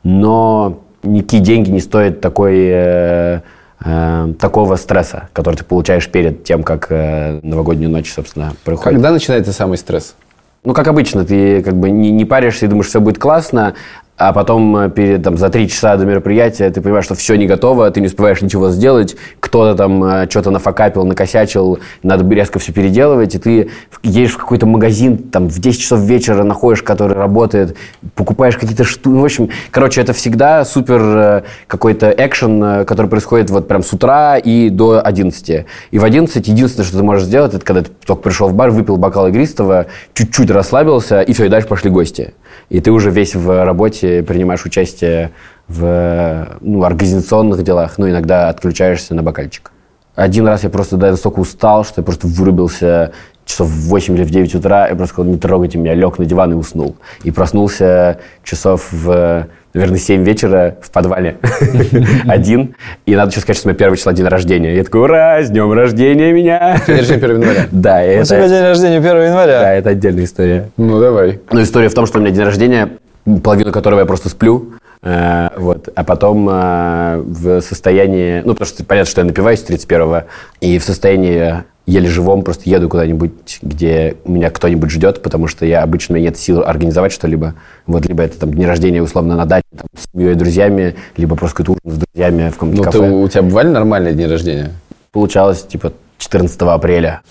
но никакие деньги не стоят такой... такого стресса, который ты получаешь перед тем, как э, новогоднюю ночь, собственно, проходит. Когда начинается самый стресс? Ну, как обычно, ты как бы не, не паришься и думаешь, все будет классно, а потом перед, там, за три часа до мероприятия ты понимаешь, что все не готово, ты не успеваешь ничего сделать, кто-то там э, что-то нафакапил, накосячил, надо резко все переделывать, и ты едешь в какой-то магазин, там, в десять часов вечера находишь, который работает, покупаешь какие-то штуки, ну, в общем, короче, это всегда супер э, какой-то экшен, э, который происходит вот прям с утра и до одиннадцати. И в одиннадцать единственное, что ты можешь сделать, это когда ты только пришел в бар, выпил бокал игристого, чуть-чуть расслабился, и все, и дальше пошли гости. И ты уже весь в работе принимаешь участие в, ну, организационных делах, ну, иногда отключаешься на бокальчик. Один раз я просто да, настолько устал, что я просто вырубился часов в восемь или в девять утра, я просто сказал, не трогайте меня, лег на диван и уснул. И проснулся часов в, наверное, семь вечера в подвале один. И надо еще сказать, что у меня первое число день рождения. Я такой, ура, с днем рождения меня! День рождения первого января. Да. У тебя день рождения первого января? Да, это отдельная история. Ну, давай. Ну, история в том, что у меня день рождения, половину которого я просто сплю, э, вот, а потом э, в состоянии, ну, потому что понятно, что я напиваюсь тридцать первого, и в состоянии еле живом просто еду куда-нибудь, где меня кто-нибудь ждет, потому что я обычно нет сил организовать что-либо. Вот, либо это там день рождения условно на даче, там, с семьей и друзьями, либо просто какой-то ужин с друзьями в каком-то Ну, кафе. ты, у тебя бывали нормальные дни рождения? Получалось, типа, четырнадцатого апреля.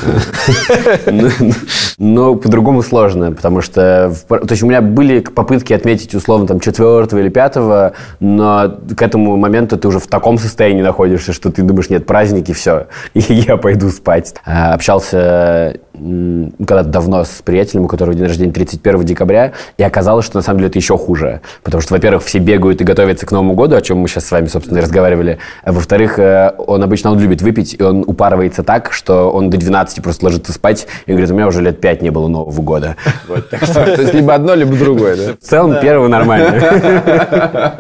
Но по-другому сложно, потому что... То есть у меня были попытки отметить, условно, там, четвертого или пятого, но к этому моменту ты уже в таком состоянии находишься, что ты думаешь, нет, праздники, все, и я пойду спать. Общался когда-то давно с приятелем, у которого день рождения тридцать первого декабря, и оказалось, что на самом деле это еще хуже. Потому что, во-первых, все бегают и готовятся к Новому году, о чем мы сейчас с вами, собственно, и разговаривали. А во-вторых, он обычно он любит выпить, и он упарывается так, что он до двенадцати просто ложится спать и говорит, у меня уже лет пять не было Нового года. То есть либо одно, либо другое, да? В целом, первого нормально.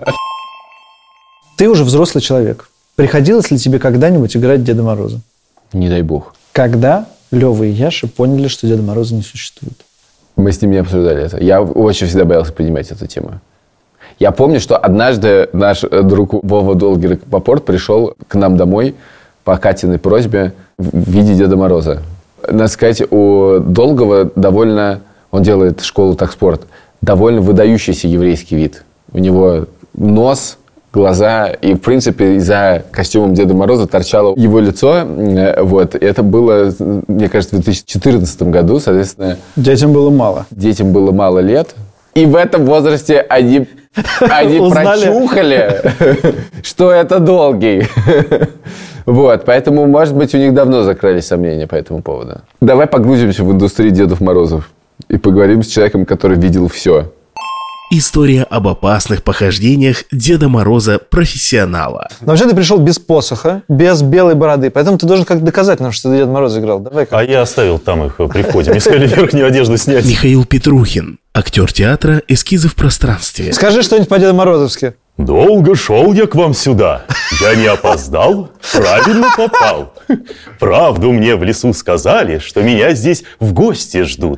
Ты уже взрослый человек. Приходилось ли тебе когда-нибудь играть Деда Мороза? Не дай бог. Когда Лева и Яша поняли, что Деда Мороза не существует? Мы с ним не обсуждали это. Я очень всегда боялся поднимать эту тему. Я помню, что однажды наш друг Вова Долгер Попорт пришел к нам домой по Катиной просьбе в виде Деда Мороза. Надо сказать, у Долгого довольно... Он делает школу такспорт. Довольно выдающийся еврейский вид. У него нос, глаза, и, в принципе, за костюмом Деда Мороза торчало его лицо. Вот. И это было, мне кажется, в две тысячи четырнадцатом году, соответственно... Детям было мало. Детям было мало лет. И в этом возрасте они, они прочухали, что это Долгий. Вот. Поэтому, может быть, у них давно закрылись сомнения по этому поводу. Давай погрузимся в индустрию Дедов Морозов и поговорим с человеком, который видел все. История об опасных похождениях Деда Мороза профессионала. Но вообще ты пришел без посоха, без белой бороды, поэтому ты должен как-то доказать нам, что ты Деда Мороза играл. Давай как. А я оставил там их при входе. Мне сказали верхнюю одежду снять. Михаил Петрухин, актер театра «Эскизы в пространстве». Скажи что-нибудь по Деду Морозовски. Долго шел я к вам сюда. Я не опоздал, правильно попал. Правду мне в лесу сказали, что меня здесь в гости ждут.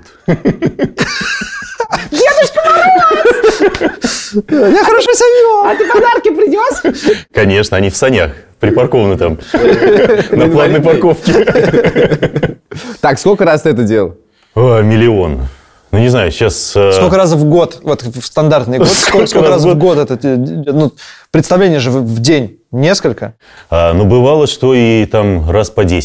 Дедушка Мороз! Я хорошо себя вел. А ты подарки принес? Конечно, они в санях, припаркованы там, на платной парковке. Так, сколько раз ты это делал? О, миллион. Ну, не знаю, сейчас... Сколько раз в год, вот в стандартный год, сколько, сколько раз в год это... Ну, представление же в день несколько? А, ну, бывало, что и там раз по десять.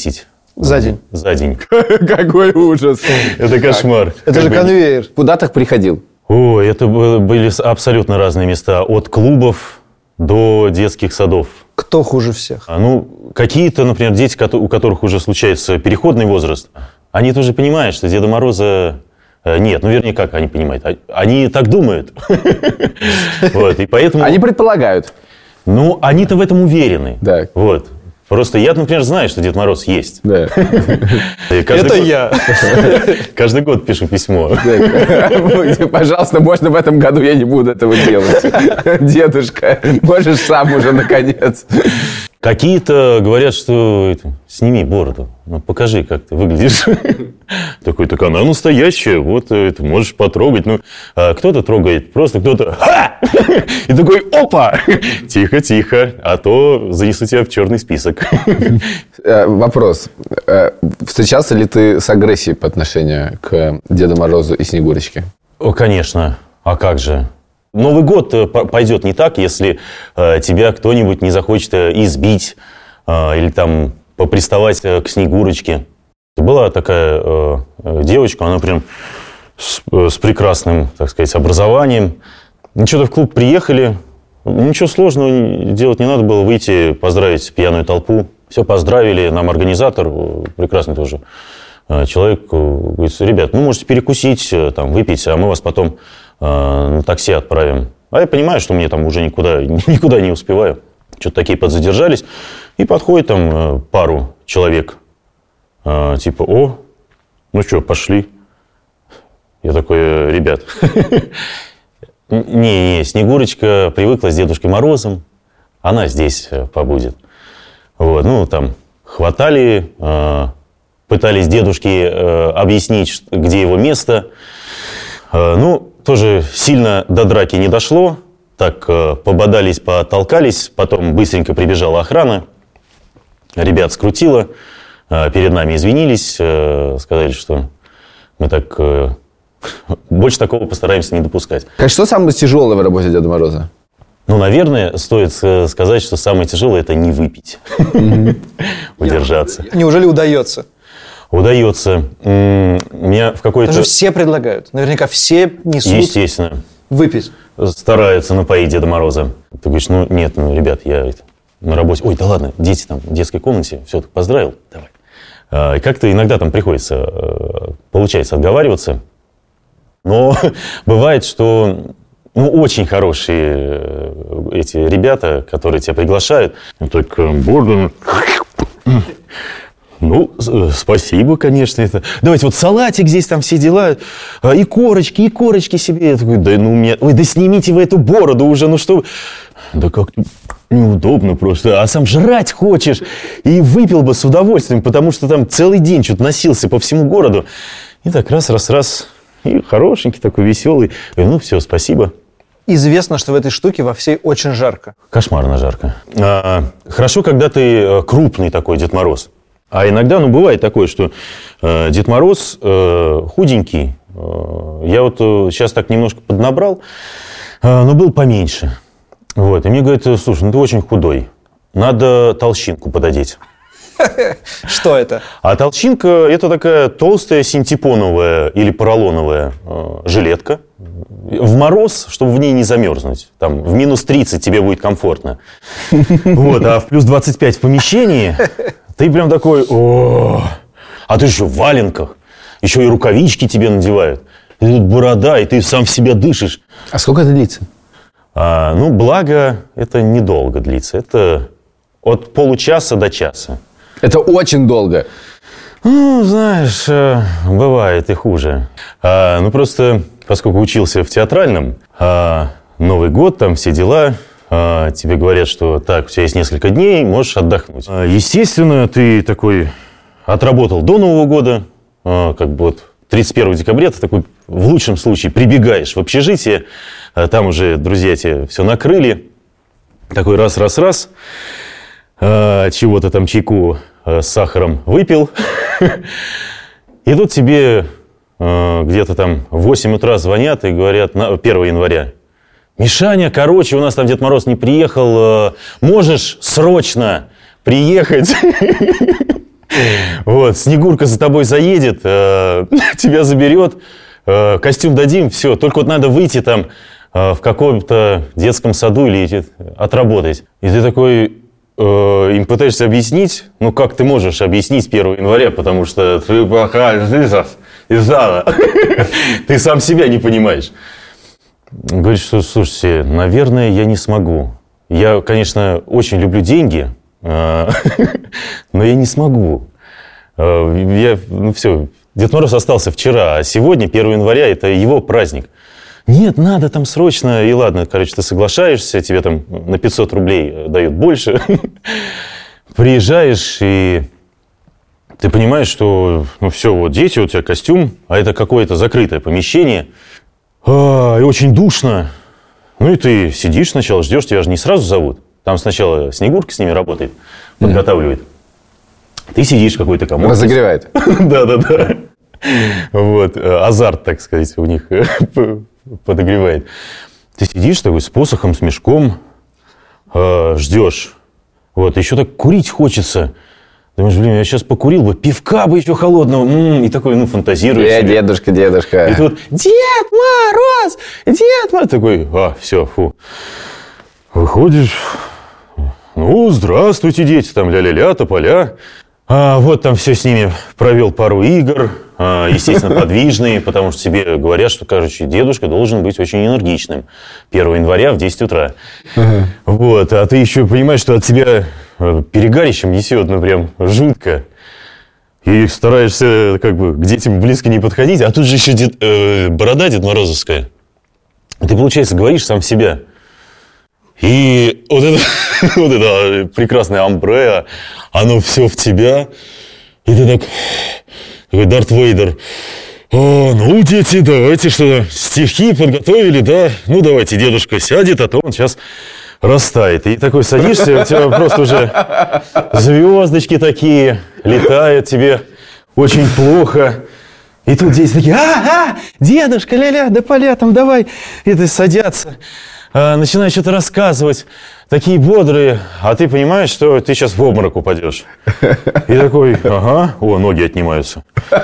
За день. За день. Какой ужас. Это кошмар. Это же конвейер. Куда ты приходил? Ой, это были абсолютно разные места. От клубов до детских садов. Кто хуже всех? Ну, какие-то, например, дети, у которых уже случается переходный возраст, они тоже понимают, что Деда Мороза нет. Ну, вернее, как они понимают? Они так думают. Вот, и поэтому... Они предполагают. Ну, они-то в этом уверены. Да. Вот. Просто я, например, знаю, что Дед Мороз есть. Да. Это я. Каждый год пишу письмо. Пожалуйста, можно в этом году я не буду этого делать. Дедушка, можешь сам уже, наконец. Какие-то говорят, что это, сними бороду, ну, покажи, как ты выглядишь. Такой, так она настоящая, вот это можешь потрогать. Ну, а кто-то трогает, просто кто-то ха! И такой, опа! Тихо, тихо, а то занесу тебя в черный список. Вопрос. Встречался ли ты с агрессией по отношению к Деду Морозу и Снегурочке? О, конечно. А как же? Новый год пойдет не так, если э, тебя кто-нибудь не захочет избить э, или там поприставать к Снегурочке. Была такая э, девочка, она прям с, с прекрасным, так сказать, образованием. Что-то в клуб приехали, ничего сложного делать не надо было, выйти, поздравить пьяную толпу. Все поздравили, нам организатор, прекрасный тоже человек, говорит, ребят, ну можете перекусить, там, выпить, а мы вас потом на такси отправим. А я понимаю, что мне там уже никуда, никуда не успеваю. Что-то такие подзадержались. И подходит там пару человек. Типа, о, ну что, пошли. Я такой, ребят, не-не, Снегурочка привыкла с Дедушкой Морозом. Она здесь побудет. Вот, ну, там, хватали, пытались дедушке объяснить, где его место. Ну, тоже сильно до драки не дошло. Так пободались, потолкались. Потом быстренько прибежала охрана. Ребят скрутила. Перед нами извинились. Сказали, что мы так... Больше такого постараемся не допускать. Что самое тяжелое в работе Деда Мороза? Ну, наверное, стоит сказать, что самое тяжелое – это не выпить. Удержаться. Неужели удается? Удается. Меня в какой-то... Даже все предлагают. Наверняка все несут... Естественно. Выпить. Стараются напоить Деда Мороза. Ты говоришь, ну нет, ну, ребят, я это, на работе... Ой, да ладно, дети там в детской комнате, все, так поздравил, давай. И как-то иногда там приходится, получается, отговариваться. Но бывает, что ну, очень хорошие эти ребята, которые тебя приглашают. Так, Борден... Ну, спасибо, конечно. Это. Давайте вот салатик здесь, там все дела. И корочки, и корочки себе. Я такой, да ну мне... Ой, да снимите вы эту бороду уже, ну что... Да как-то неудобно просто. А сам жрать хочешь. И выпил бы с удовольствием, потому что там целый день что-то носился по всему городу. И так раз, раз, раз. И хорошенький такой, веселый. И, ну, все, спасибо. Известно, что в этой штуке во всей очень жарко. Кошмарно жарко. А, хорошо, когда ты крупный такой Дед Мороз. А иногда, ну, бывает такое, что э, Дед Мороз э, худенький. Э, я вот э, сейчас так немножко поднабрал, э, но был поменьше. Вот. И мне говорят, слушай, ну ты очень худой, надо толщинку пододеть. Что это? А толщинка – это такая толстая синтепоновая или поролоновая э, жилетка. В мороз, чтобы в ней не замерзнуть. Там в минус тридцать тебе будет комфортно. Вот, а в плюс двадцать пять в помещении ты прям такой, о, а ты еще в валенках, еще и рукавички тебе надевают. И тут борода, и ты сам в себя дышишь. А сколько это длится? А, ну, благо, это недолго длится. Это от получаса до часа. Это очень долго. Ну, знаешь, бывает и хуже. А, ну, просто, поскольку учился в театральном, а, Новый год, там все дела, а, тебе говорят, что так, у тебя есть несколько дней, можешь отдохнуть. А, естественно, ты такой отработал до Нового года, а, как бы вот тридцать первого декабря ты такой, в лучшем случае, прибегаешь в общежитие, а там уже друзья тебе все накрыли, такой раз-раз-раз, а, чего-то там чайку с сахаром выпил, и тут тебе э, где-то там в восемь утра звонят и говорят, на, первого января, Мишаня, короче, у нас там Дед Мороз не приехал, э, можешь срочно приехать? Вот, Снегурка за тобой заедет, э, тебя заберет, э, костюм дадим, все. Только вот надо выйти там э, в каком-то детском саду или отработать. И ты такой э, им пытаешься объяснить, ну как ты можешь объяснить первого января, потому что ты плохая жизнь из зала. Ты сам себя не понимаешь. Говорит, что, слушайте, наверное, я не смогу. Я, конечно, очень люблю деньги, но я не смогу. Я, ну все, Дед Мороз остался вчера, а сегодня, первого января, это его праздник. Нет, надо там срочно, и ладно, короче, ты соглашаешься, тебе там на пятьсот рублей дают больше. Приезжаешь, и ты понимаешь, что, ну все, вот дети, у тебя костюм, а это какое-то закрытое помещение, а, и очень душно. Ну и ты сидишь сначала, ждешь, тебя же не сразу зовут. Там сначала Снегурка с ними работает, подготавливает. Ты сидишь какой-то комод. Разогревает. Да-да-да. Вот, азарт, так сказать, у них подогревает. Ты сидишь такой с посохом, с мешком, ждешь. Вот, еще так курить хочется. Думаешь, блин, я сейчас покурил бы, пивка бы еще холодного. М-м, и такой, ну, фантазируешь. Я дедушка, дедушка. И тут, Дед Мороз, Дед Мороз. Такой, а, все, фу. Выходишь, ну, здравствуйте, дети, там ля-ля-ля, тополя. А, вот там все с ними провел пару игр, а, естественно, подвижные, потому что тебе говорят, что, короче, дедушка должен быть очень энергичным. первого января в десять утра. Uh-huh. Вот, а ты еще понимаешь, что от тебя перегарищем несет, ну, прям жутко. И стараешься, как бы, к детям близко не подходить, а тут же еще дед, э, борода Дед Морозовская. Ты, получается, говоришь сам себя. И вот это, вот это прекрасное амбре, оно все в тебя. И ты так, такой Дарт Вейдер. О, ну, дети, давайте что, стихи подготовили, да? Ну, давайте, дедушка сядет, а то он сейчас растает. И такой садишься, у тебя просто уже звездочки такие летают тебе очень плохо. И тут дети такие, а, а, дедушка, ля-ля, да поля там, давай. И ты садятся. Начинаешь что-то рассказывать, такие бодрые, а ты понимаешь, что ты сейчас в обморок упадешь. И такой, ага, о, ноги отнимаются.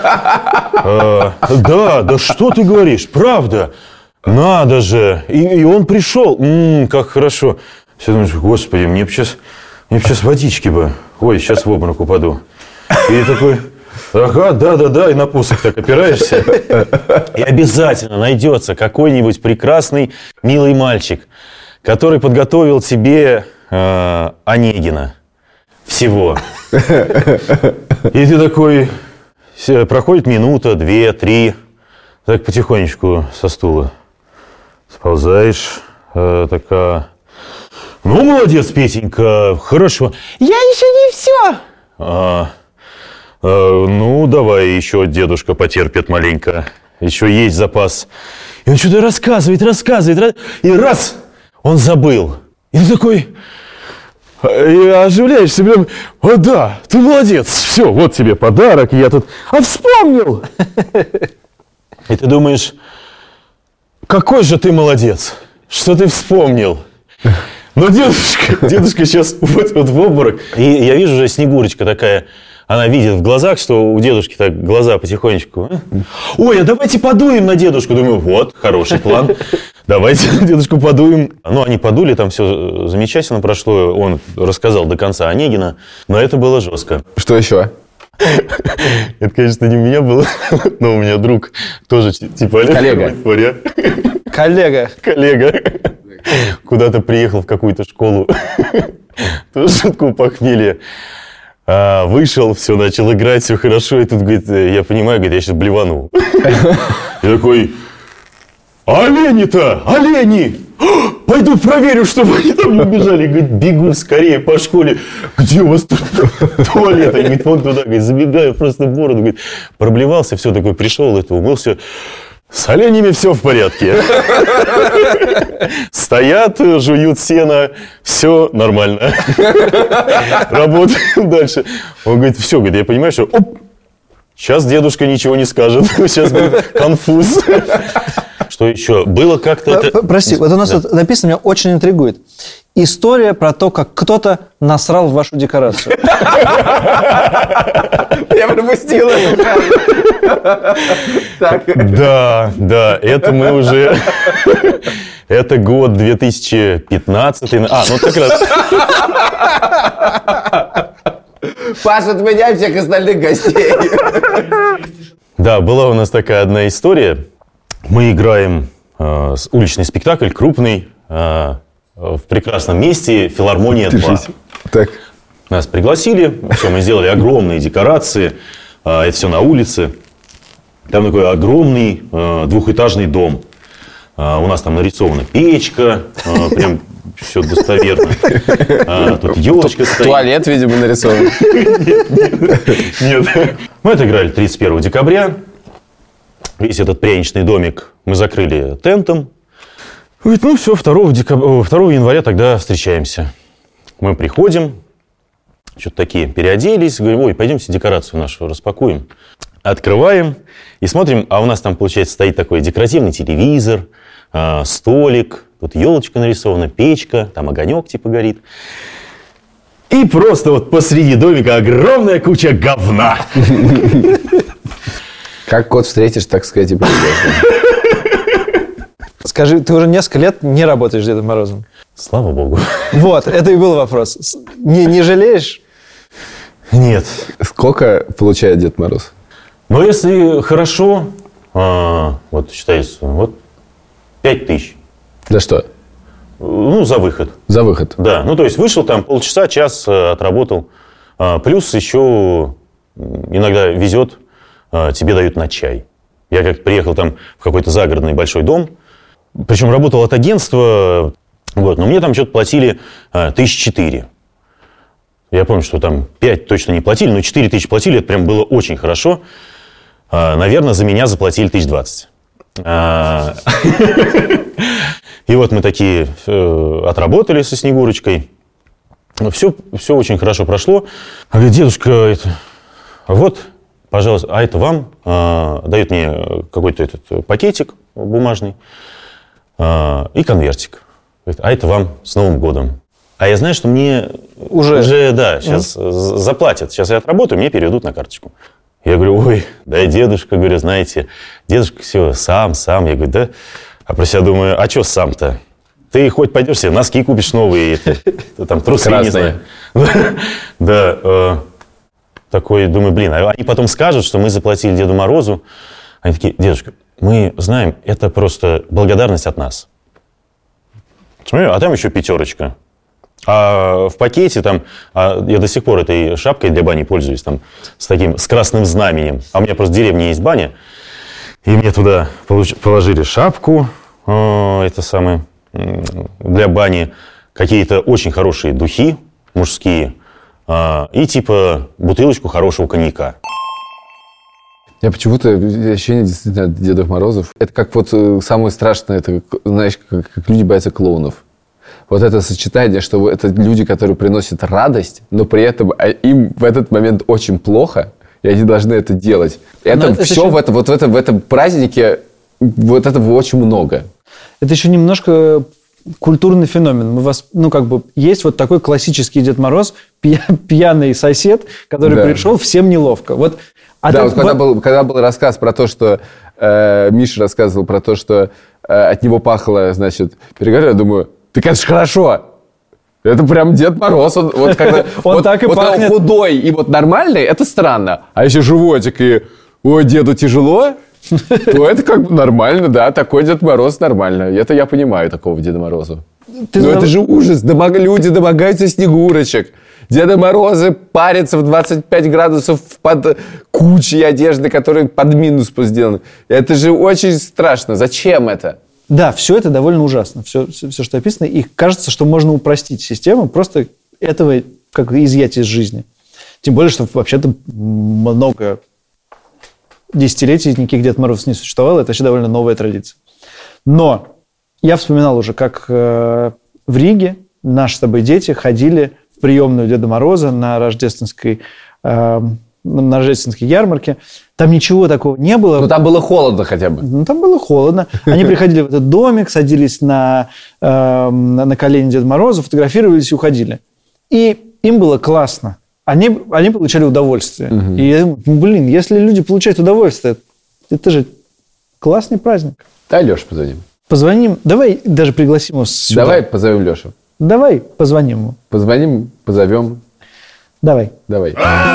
А, да, да что ты говоришь, правда, надо же. И, и он пришел, м-м, как хорошо. Все думаешь, господи, мне бы сейчас, мне бы сейчас водички бы, ой, сейчас в обморок упаду. И такой... Ага, да-да-да, и на посох так опираешься. И обязательно найдется какой-нибудь прекрасный, милый мальчик, который подготовил тебе э, Онегина. Всего. И ты такой, проходит минута, две, три, так потихонечку со стула сползаешь, э, такая, ну, молодец, Петенька, хорошо. Я еще не все. А, ну, давай еще дедушка потерпит маленько. Еще есть запас. И он что-то рассказывает, рассказывает. И раз, он забыл. И ты такой, и оживляешься, прям, о да, ты молодец. Все, вот тебе подарок. И я тут, а вспомнил. И ты думаешь, какой же ты молодец, что ты вспомнил. Но дедушка, дедушка сейчас вот, вот в обморок. И я вижу уже Снегурочка такая, она видит в глазах, что у дедушки так глаза потихонечку. Ой, а давайте подуем на дедушку. Думаю, вот, хороший план. Давайте дедушку подуем. Ну, они подули, там все замечательно прошло. Он рассказал до конца Онегина, но это было жестко. Что еще? Это, конечно, не у меня было, но у меня друг тоже типа... Коллега. Коллега. Коллега. Куда-то приехал в какую-то школу. Тоже шутку похмелья. А, вышел, все, начал играть, все хорошо. И тут, говорит, я понимаю, говорит, я сейчас блеванул. И такой, олени-то, олени! Пойду проверю, чтобы они там не убежали. Говорит, бегу скорее по школе. Где у вас тут туалет? Они говорят, вон туда. Говорит, забегаю просто в бороду. Говорит, проблевался, все, такой пришел, это умылся. С оленями все в порядке. Стоят, жуют сено, все нормально. Работаем дальше. Он говорит, все, говорит, я понимаю, что оп, сейчас дедушка ничего не скажет. Сейчас будет конфуз. Что еще? Было как-то... П- это... Прости, вот у нас Да. тут написано, меня очень интригует. История про то, как кто-то насрал в вашу декорацию. Я пропустил это. Да, да, это мы уже... Это год две тысячи пятнадцатый. А, ну как раз... Паша, отменяй всех остальных гостей. Да, была у нас такая одна история. Мы играем э, с- уличный спектакль, крупный, э, в прекрасном месте, филармония два. Так. Нас пригласили, все, мы сделали огромные декорации, э, это все на улице. Там такой огромный э, двухэтажный дом. Э, у нас там нарисована печка, э, прям все достоверно. Э, тут елочка стоит. Туалет, видимо, нарисован. Нет. Мы отыграли тридцать первого декабря. Весь этот пряничный домик мы закрыли тентом. Говорит, ну все, второго января тогда встречаемся. Мы приходим, что-то такие переоделись, говорим, ой, пойдемте декорацию нашу распакуем. Открываем и смотрим, а у нас там, получается, стоит такой декоративный телевизор, э, столик, тут елочка нарисована, печка, там огонек типа горит. И просто вот посреди домика огромная куча говна. Как кот встретишь, так сказать, и придешь. Скажи, ты уже несколько лет не работаешь с Дедом Морозом. Слава богу. Вот, это и был вопрос. С- Не, не жалеешь? Нет. Сколько получает Дед Мороз? Но если хорошо, а, вот считается, вот пять тысяч. За что? Ну, за выход. За выход. Да, ну то есть вышел там полчаса, час э, отработал. А, плюс еще м, иногда везет, а, тебе дают на чай. Я как приехал там в какой-то загородный большой дом, причем работал от агентства, вот, но мне там что-то платили а, тысячи четыре. Я помню, что там пять точно не платили, но четыре тысячи платили, это прям было очень хорошо. А, наверное, за меня заплатили тысяч двадцать. А, И вот мы такие э, отработали со Снегурочкой. Все, все очень хорошо прошло. А говорит, дедушка, это, вот, пожалуйста, а это вам. А, дает мне какой-то этот пакетик бумажный а, и конвертик. Говорит, а это вам с Новым годом. А я знаю, что мне Уже? уже да, сейчас mm. заплатят. Сейчас я отработаю, мне переведут на карточку. Я говорю, ой, да, дедушка, говорю, знаете, дедушка все, сам, сам. Я говорю, да. А про себя думаю, а что сам-то? Ты хоть пойдешь себе носки купишь новые, это, там трусы, не знаю. Да, э, такой, думаю, блин, а они потом скажут, что мы заплатили Деду Морозу. Они такие, дедушка, мы знаем, это просто благодарность от нас. Смотрю, а там еще пятерочка. А в пакете там, а я до сих пор этой шапкой для бани пользуюсь, там, с таким, с красным знаменем. А у меня просто в деревне есть баня. И мне туда положили шапку, э, это самое, э, для бани, какие-то очень хорошие духи мужские э, и типа бутылочку хорошего коньяка. Я почему-то ощущение действительно от Дедов Морозов. Это как вот э, самое страшное, это, знаешь, как, как люди боятся клоунов. Вот это сочетание, что это люди, которые приносят радость, но при этом им в этот момент очень плохо, и они должны это делать. Это, это все еще... в, этом, вот в, этом, в этом празднике, вот этого очень много. Это еще немножко культурный феномен. Мы вас, ну, как бы, есть вот такой классический Дед Мороз, пья, пьяный сосед, который да. пришел, всем неловко. Вот, а да, вот когда, вот... Был, когда был рассказ про то, что э, Миша рассказывал про то, что э, от него пахло, значит, перегорело, я думаю, так это ж хорошо. Это прям Дед Мороз. Он, вот когда, он вот, так и вот пахнет. Когда худой и вот нормальный, это странно. А если животик и ой, деду тяжело, то это как бы нормально, да. Такой Дед Мороз нормально. Это я понимаю такого Деда Мороза. Ты Но за... это же ужас. Домог... Люди домогаются снегурочек. Деда Морозы парятся в двадцать пять градусов под кучей одежды, которые под минус сделаны. Это же очень страшно. Зачем это? Да, все это довольно ужасно, все, все, все, что описано. И кажется, что можно упростить систему, просто этого как изъять из жизни. Тем более, что вообще-то много десятилетий никаких Дед Морозов не существовало. Это вообще довольно новая традиция. Но я вспоминал уже, как э, в Риге наши с тобой дети ходили в приемную Деда Мороза на рождественской, э, на рождественской ярмарке. Там ничего такого не было. Ну, там было холодно хотя бы. Ну, там было холодно. Они приходили в этот домик, садились на, э, на колени Деда Мороза, фотографировались и уходили. И им было классно. Они, они получали удовольствие. Угу. И я думаю, блин, если люди получают удовольствие, это же классный праздник. Дай Леша позвоним. Позвоним. Давай даже пригласим его сюда. Давай позовем Лешу. Давай позвоним ему. Позвоним, позовем. Давай. Давай.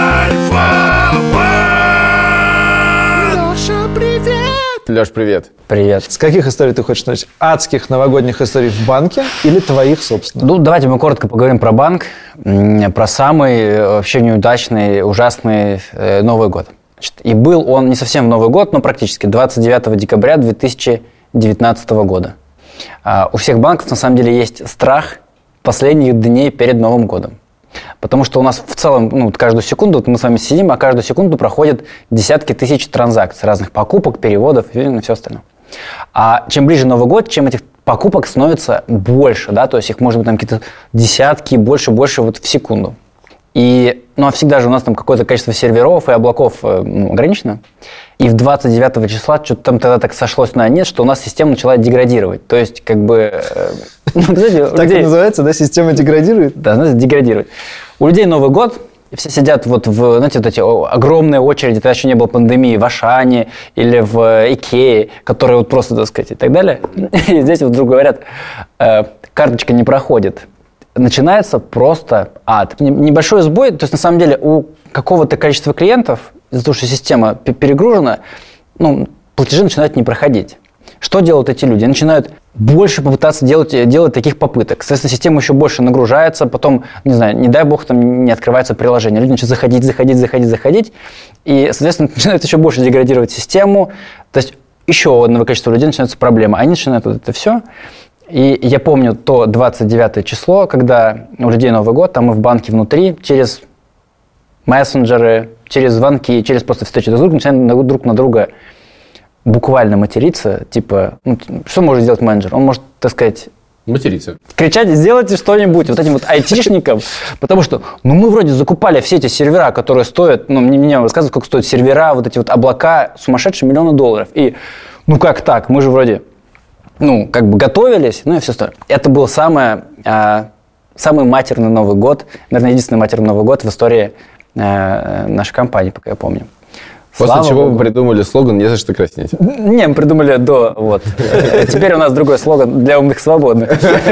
Леша, привет! Леш, привет. Привет. С каких историй ты хочешь начать? Адских новогодних историй в банке или твоих собственных? Ну, давайте мы коротко поговорим про банк, про самый вообще неудачный, ужасный э, Новый год. Значит, и был он не совсем в Новый год, но практически двадцать девятого декабря две тысячи девятнадцатого года. А, у всех банков на самом деле есть страх последних дней перед Новым годом. Потому что у нас в целом, ну, каждую секунду, вот мы с вами сидим, а каждую секунду проходят десятки тысяч транзакций, разных покупок, переводов и все остальное. А чем ближе Новый год, чем этих покупок становится больше, да, то есть их может быть там какие-то десятки, больше, больше вот в секунду. И, ну, а всегда же у нас там какое-то количество серверов и облаков ну, ограничено. И в двадцать девятого числа что-то там тогда так сошлось на нет, что у нас система начала деградировать. То есть, как бы... Так и называется, да, система деградирует? Да, знаете, деградирует. У людей Новый год, все сидят вот в, знаете, вот эти огромные очереди, тогда еще не было пандемии, в Ашане или в Икее, которые вот просто, так сказать, и так далее. И здесь вот вдруг говорят, карточка не проходит. Начинается просто ад. Небольшой сбой, то есть на самом деле у какого-то количества клиентов, из-за того, что система перегружена, ну, платежи начинают не проходить. Что делают эти люди? Они начинают больше попытаться делать, делать таких попыток. Соответственно, система еще больше нагружается, потом, не знаю, не дай бог, там не открывается приложение. Люди начинают заходить, заходить, заходить, заходить, и, соответственно, начинают еще больше деградировать систему. То есть еще у одного количества людей начинаются проблемы. Они начинают вот это все. И я помню то двадцать девятое число, когда у людей Новый год, там мы в банке внутри, через мессенджеры, через звонки, через просто встречи друг с другом, начинаем друг на друга буквально материться. Типа, ну, что может сделать менеджер? Он может, так сказать... Материться. Кричать, сделайте что-нибудь вот этим вот айтишникам, потому что, ну, мы вроде закупали все эти сервера, которые стоят, ну, мне, мне рассказывают, сколько стоят сервера, вот эти вот облака, сумасшедшие миллионы долларов. И, ну, как так? Мы же вроде... ну, как бы готовились, ну и все остальное. Это был самое, э, самый матерный Новый год, наверное, единственный матерный Новый год в истории э, нашей компании, пока я помню. После Слава чего Богу. вы придумали слоган «Не за что краснеть». Не, мы придумали до, вот. Теперь у нас другой слоган «Для умных свободных».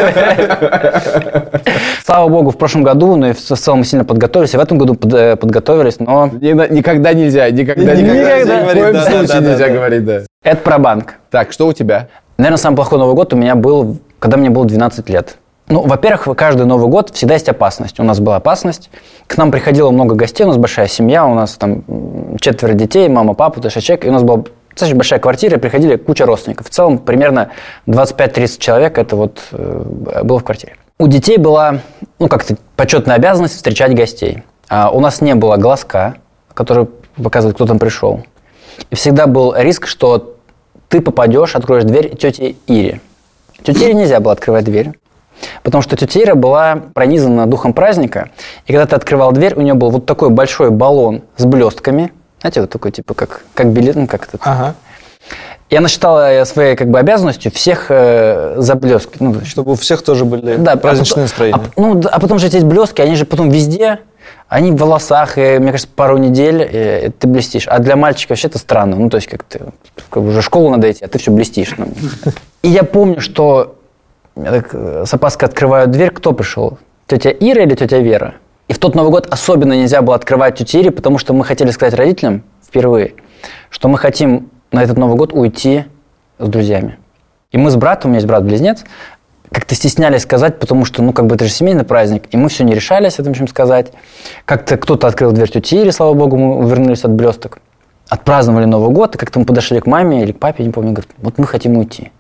Слава Богу, в прошлом году, ну и в целом мы сильно подготовились, и в этом году подготовились, но... Никогда нельзя, никогда, никогда, ни в коем случае нельзя говорить, да. Это про банк. Так, что у тебя? Наверное, самый плохой Новый год у меня был, когда мне было двенадцать лет. Ну, во-первых, каждый Новый год всегда есть опасность. У нас была опасность. К нам приходило много гостей, у нас большая семья, у нас там четверо детей, мама, папа, то человек, и у нас была достаточно большая квартира, и приходили куча родственников. В целом, примерно двадцать пять тридцать человек это вот э, было в квартире. У детей была, ну, как-то почетная обязанность встречать гостей. А у нас не было глазка, который показывает, кто там пришел. И всегда был риск, что ты попадешь, откроешь дверь тете Ире. Тете Ире нельзя было открывать дверь, потому что тетя Ира была пронизана духом праздника, и когда ты открывал дверь, у нее был вот такой большой баллон с блестками, знаете, вот такой, типа, как, как билет, ну, как это. Ага. И она считала своей, как бы, обязанностью всех э, заблески. Ну, чтобы у всех тоже были да, праздничные а настроения. А, ну, а потом же эти блестки, они же потом везде, они в волосах, и, мне кажется, пару недель и ты блестишь. А для мальчика вообще это странно. Ну, то есть, как ты, как уже в школу надо идти, а ты все блестишь. Ну. И я помню, что я так с опаской открываю дверь, кто пришел? Тетя Ира или тетя Вера? И в тот Новый год особенно нельзя было открывать тете Ире, потому что мы хотели сказать родителям впервые, что мы хотим на этот Новый год уйти с друзьями. И мы с братом, у меня есть брат-близнец, как-то стеснялись сказать, потому что, ну, как бы это же семейный праздник, и мы все не решались этом чем сказать. Как-то кто-то открыл дверь тете Ире, слава богу, мы увернулись от блесток. Отпраздновали Новый год, и как-то мы подошли к маме или к папе, не помню, говорят, вот мы хотим уйти.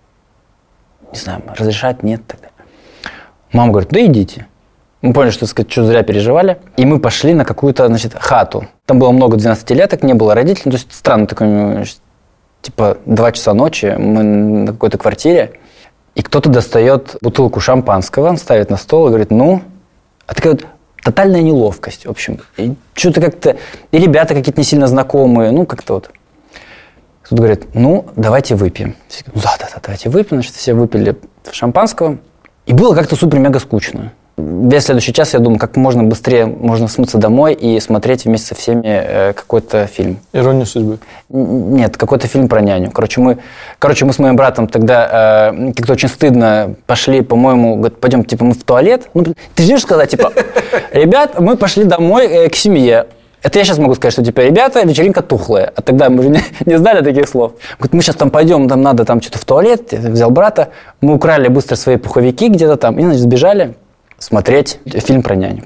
Не знаю, разрешать, нет, тогда. Мама говорит, да идите. Мы поняли, что, так сказать, что зря переживали. И мы пошли на какую-то, значит, хату. Там было много двенадцатилеток, не было родителей. То есть странно такой, значит, типа, два часа ночи, мы на какой-то квартире. И кто-то достает бутылку шампанского, ставит на стол и говорит, ну... А такая вот тотальная неловкость, в общем. И что-то как-то... И ребята какие-то не сильно знакомые, ну, как-то вот... Тут говорят, ну, давайте выпьем. Все говорят, ну, да-да-да, давайте выпьем. Значит, все выпили шампанского. И было как-то супер-мега скучно. Весь следующий час я думаю, как можно быстрее можно смыться домой и смотреть вместе со всеми э, какой-то фильм. «Ирония судьбы». Нет, какой-то фильм про няню. Короче, мы, короче, мы с моим братом тогда э, как-то очень стыдно пошли, по-моему, говорит, пойдем, типа, мы в туалет. Ну, ты же сказать, типа, ребят, мы пошли домой э, к семье. Это я сейчас могу сказать, что, типа, ребята, вечеринка тухлая. А тогда мы же не, не знали таких слов. Говорит, мы сейчас там пойдем, там надо там что-то в туалет. Я взял брата, мы украли быстро свои пуховики где-то там и, значит, сбежали смотреть фильм про няню.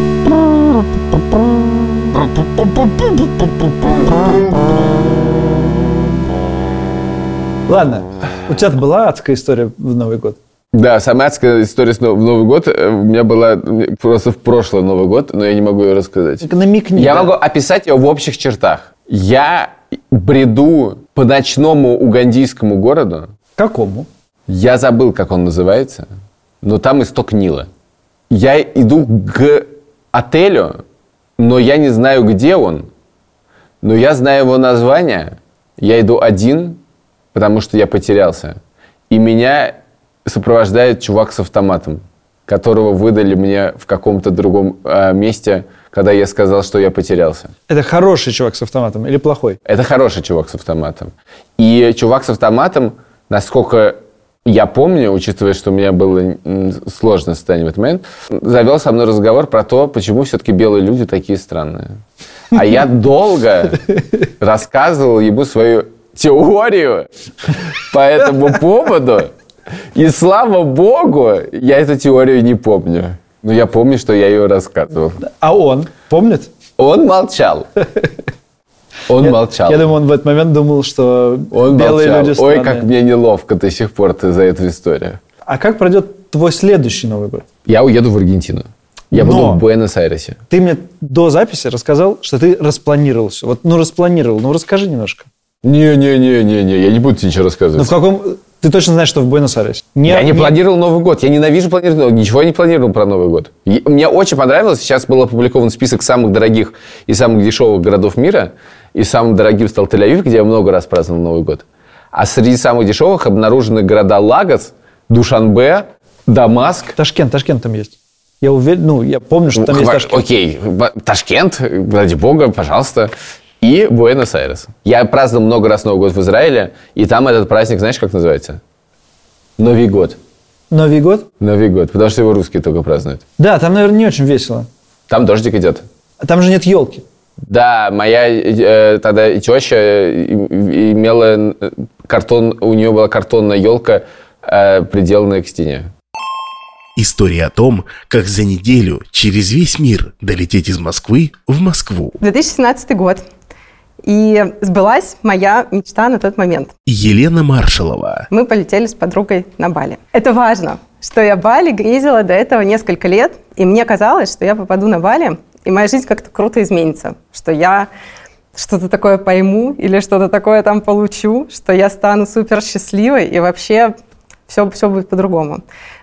Ладно, у тебя была адская история в Новый год? Да, самая адская история в Новый год у меня была просто в прошлый Новый год, но я не могу ее рассказать. Так намекни. Я да? могу описать ее в общих чертах. Я бреду по ночному угандийскому городу. Какому? Я забыл, как он называется, но там исток Нила. Я иду к отелю, но я не знаю, где он. Но я знаю его название. Я иду один, потому что я потерялся. И меня сопровождает чувак с автоматом, которого выдали мне в каком-то другом э, месте, когда я сказал, что я потерялся. Это хороший чувак с автоматом или плохой? Это хороший чувак с автоматом. И чувак с автоматом, насколько я помню, учитывая, что у меня было сложное состояние в этот момент, завел со мной разговор про то, почему все-таки белые люди такие странные. А я долго рассказывал ему свою теорию по этому поводу. И слава богу, я эту теорию не помню. Но я помню, что я ее рассказывал. А он помнит? Он молчал. Он я, молчал. Я думаю, он в этот момент думал, что он белые молчал. люди странные. Ой, как мне неловко до сих пор ты за эту историю. А как пройдет твой следующий Новый год? Я уеду в Аргентину. Я Но буду в Буэнос-Айресе. Ты мне до записи рассказал, что ты распланировал все. Вот, ну, распланировал. Ну, расскажи немножко. Не-не-не-не-не, я не буду тебе ничего рассказывать. Ну, в каком... Ты точно знаешь, что в Буэнос-Айресе? Не, я не, не планировал Новый год. Я ненавижу планировать. Ничего я не планировал про Новый год. Мне очень понравилось. Сейчас был опубликован список самых дорогих и самых дешевых городов мира. И самым дорогим стал Тель-Авив, где я много раз праздновал Новый год. А среди самых дешевых обнаружены города Лагос, Душанбе, Дамаск. Ташкент, Ташкент там есть. Я уверен, ну, я помню, что там Хва- есть Ташкент. Окей, Ташкент, ради бога, пожалуйста. И Буэнос-Айрес. Я праздновал много раз Новый год в Израиле, и там этот праздник, знаешь, как называется? Новый год. Новый год? Новый год, потому что его русские только празднуют. Да, там, наверное, не очень весело. Там дождик идет. А там же нет елки. Да, моя э, тогда теща имела картон, у нее была картонная елка, э, приделанная к стене. История о том, как за неделю через весь мир долететь из Москвы в Москву. две тысячи семнадцатый год. И сбылась моя мечта на тот момент. Елена Маршалова. Мы полетели с подругой на Бали. Это важно, что я Бали грезила до этого несколько лет, и мне казалось, что я попаду на Бали, и моя жизнь как-то круто изменится, что я что-то такое пойму или что-то такое там получу, что я стану супер счастливой, и вообще все, все будет по-другому.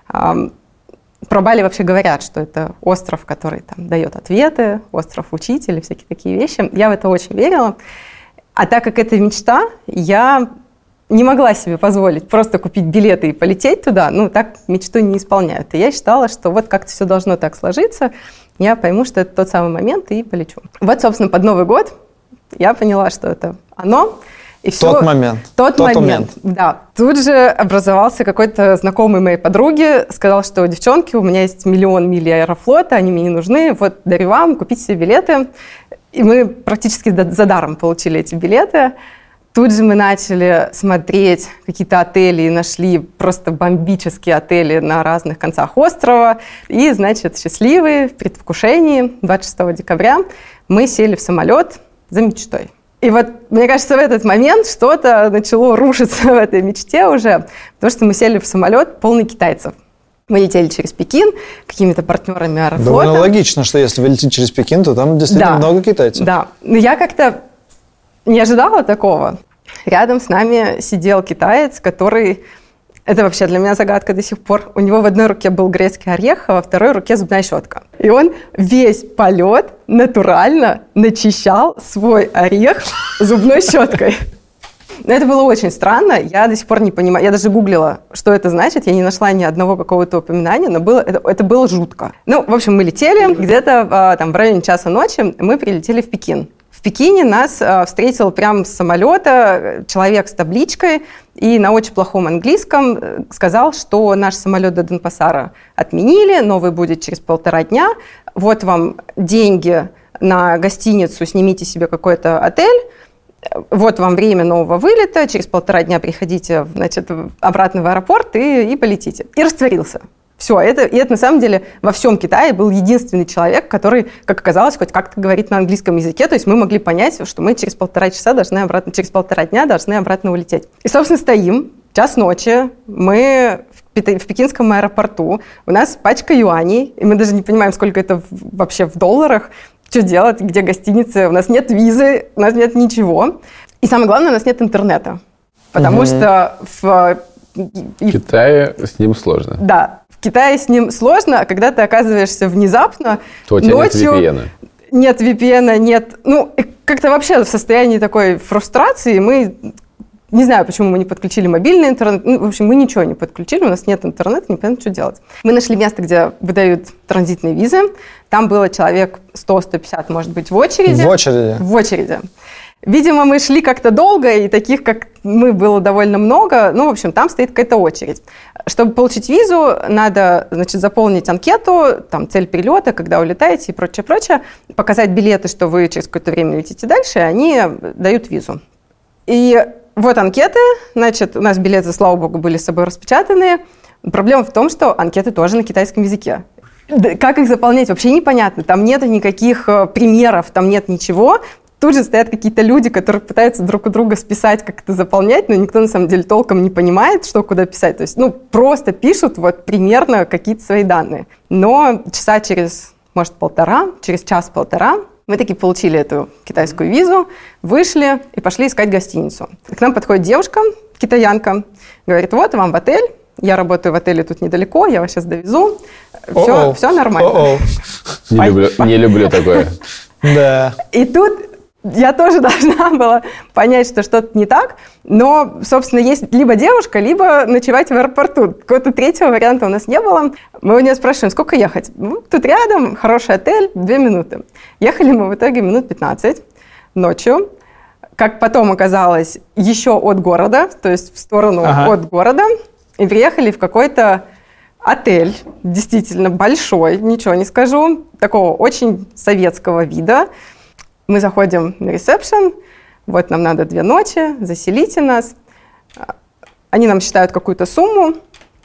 Про Бали вообще говорят, что это остров, который там дает ответы, остров учителя, всякие такие вещи. Я в это очень верила. А так как это мечта, я не могла себе позволить просто купить билеты и полететь туда. Ну, так мечту не исполняют. И я считала, что вот как-то все должно так сложиться. Я пойму, что это тот самый момент, и полечу. Вот, собственно, под Новый год я поняла, что это оно. И все, тот момент. Тот, тот момент, момент, да. Тут же образовался какой-то знакомый моей подруги, сказал, что, девчонки, у меня есть миллион миль Аэрофлота, они мне не нужны, вот дарю вам, купите себе билеты. И мы практически за даром получили эти билеты. Тут же мы начали смотреть какие-то отели и нашли просто бомбические отели на разных концах острова. И, значит, счастливые, в предвкушении, двадцать шестого декабря мы сели в самолет за мечтой. И вот, мне кажется, в этот момент что-то начало рушиться в этой мечте уже, потому что мы сели в самолет полный китайцев. Мы летели через Пекин, какими-то партнерами Аэрофлота. Довольно логично, что если вы летите через Пекин, то там действительно да, много китайцев. Да, но я как-то не ожидала такого. Рядом с нами сидел китаец, который Это вообще для меня загадка до сих пор. У него в одной руке был грецкий орех, а во второй руке зубная щетка. И он весь полет натурально начищал свой орех зубной щеткой. Но это было очень странно. Я до сих пор не понимаю. Я даже гуглила, что это значит. Я не нашла ни одного какого-то упоминания, но было, это, это было жутко. Ну, в общем, мы летели. Где-то там в районе часа ночи мы прилетели в Пекин. В Пекине нас э, встретил прямо с самолета человек с табличкой и на очень плохом английском сказал, что наш самолет до Денпасара отменили, новый будет через полтора дня. Вот вам деньги на гостиницу, снимите себе какой-то отель. Вот вам время нового вылета, через полтора дня приходите, значит, обратно в аэропорт и, и полетите. И растворился. Все, это, и это на самом деле во всем Китае был единственный человек, который, как оказалось, хоть как-то говорит на английском языке, то есть мы могли понять, что мы через полтора часа должны обратно, через полтора дня должны обратно улететь. И, собственно, стоим, час ночи, мы в, Пи- в пекинском аэропорту, у нас пачка юаней, и мы даже не понимаем, сколько это в, вообще в долларах, что делать, где гостиницы, у нас нет визы, у нас нет ничего. И самое главное, у нас нет интернета, потому mm-hmm. что в... В Китае с ним сложно. Да. В Китае с ним сложно, а когда ты оказываешься внезапно то у тебя ночью... нет ви пи эн. Нет ви пи эн, нет... Ну, как-то вообще в состоянии такой фрустрации мы... Не знаю, почему мы не подключили мобильный интернет. Ну, в общем, мы ничего не подключили, у нас нет интернета, не понятно, что делать. Мы нашли место, где выдают транзитные визы. Там было человек сто - сто пятьдесят, может быть, в очереди. В очереди? В очереди. Видимо, мы шли как-то долго, и таких, как мы, было довольно много. Ну, в общем, там стоит какая-то очередь. Чтобы получить визу, надо, значит, заполнить анкету, там, цель перелета, когда улетаете и прочее, прочее, показать билеты, что вы через какое-то время летите дальше, и они дают визу. И вот анкеты, значит, у нас билеты, слава богу, были с собой распечатаны. Проблема в том, что анкеты тоже на китайском языке. Как их заполнять, вообще непонятно. Там нет никаких примеров, там нет ничего. Тут же стоят какие-то люди, которые пытаются друг у друга списать, как это заполнять, но никто на самом деле толком не понимает, что куда писать. То есть, ну, просто пишут вот примерно какие-то свои данные. Но часа через, может, полтора, через час-полтора мы таки получили эту китайскую визу, вышли и пошли искать гостиницу. К нам подходит девушка, китаянка, говорит, вот вам в отель. Я работаю в отеле тут недалеко, я вас сейчас довезу. Все, все нормально. Не люблю, не люблю такое. Да. И тут я тоже должна была понять, что что-то не так, но, собственно, есть либо девушка, либо ночевать в аэропорту. Какого-то третьего варианта у нас не было. Мы у нее спрашиваем, сколько ехать? Ну, тут рядом, хороший отель, две минуты. Ехали мы в итоге минут пятнадцать ночью. Как потом оказалось, еще от города, то есть в сторону ага. от города. И приехали в какой-то отель, действительно большой, ничего не скажу, такого очень советского вида. Мы заходим на ресепшн, вот нам надо две ночи, заселите нас. Они нам считают какую-то сумму,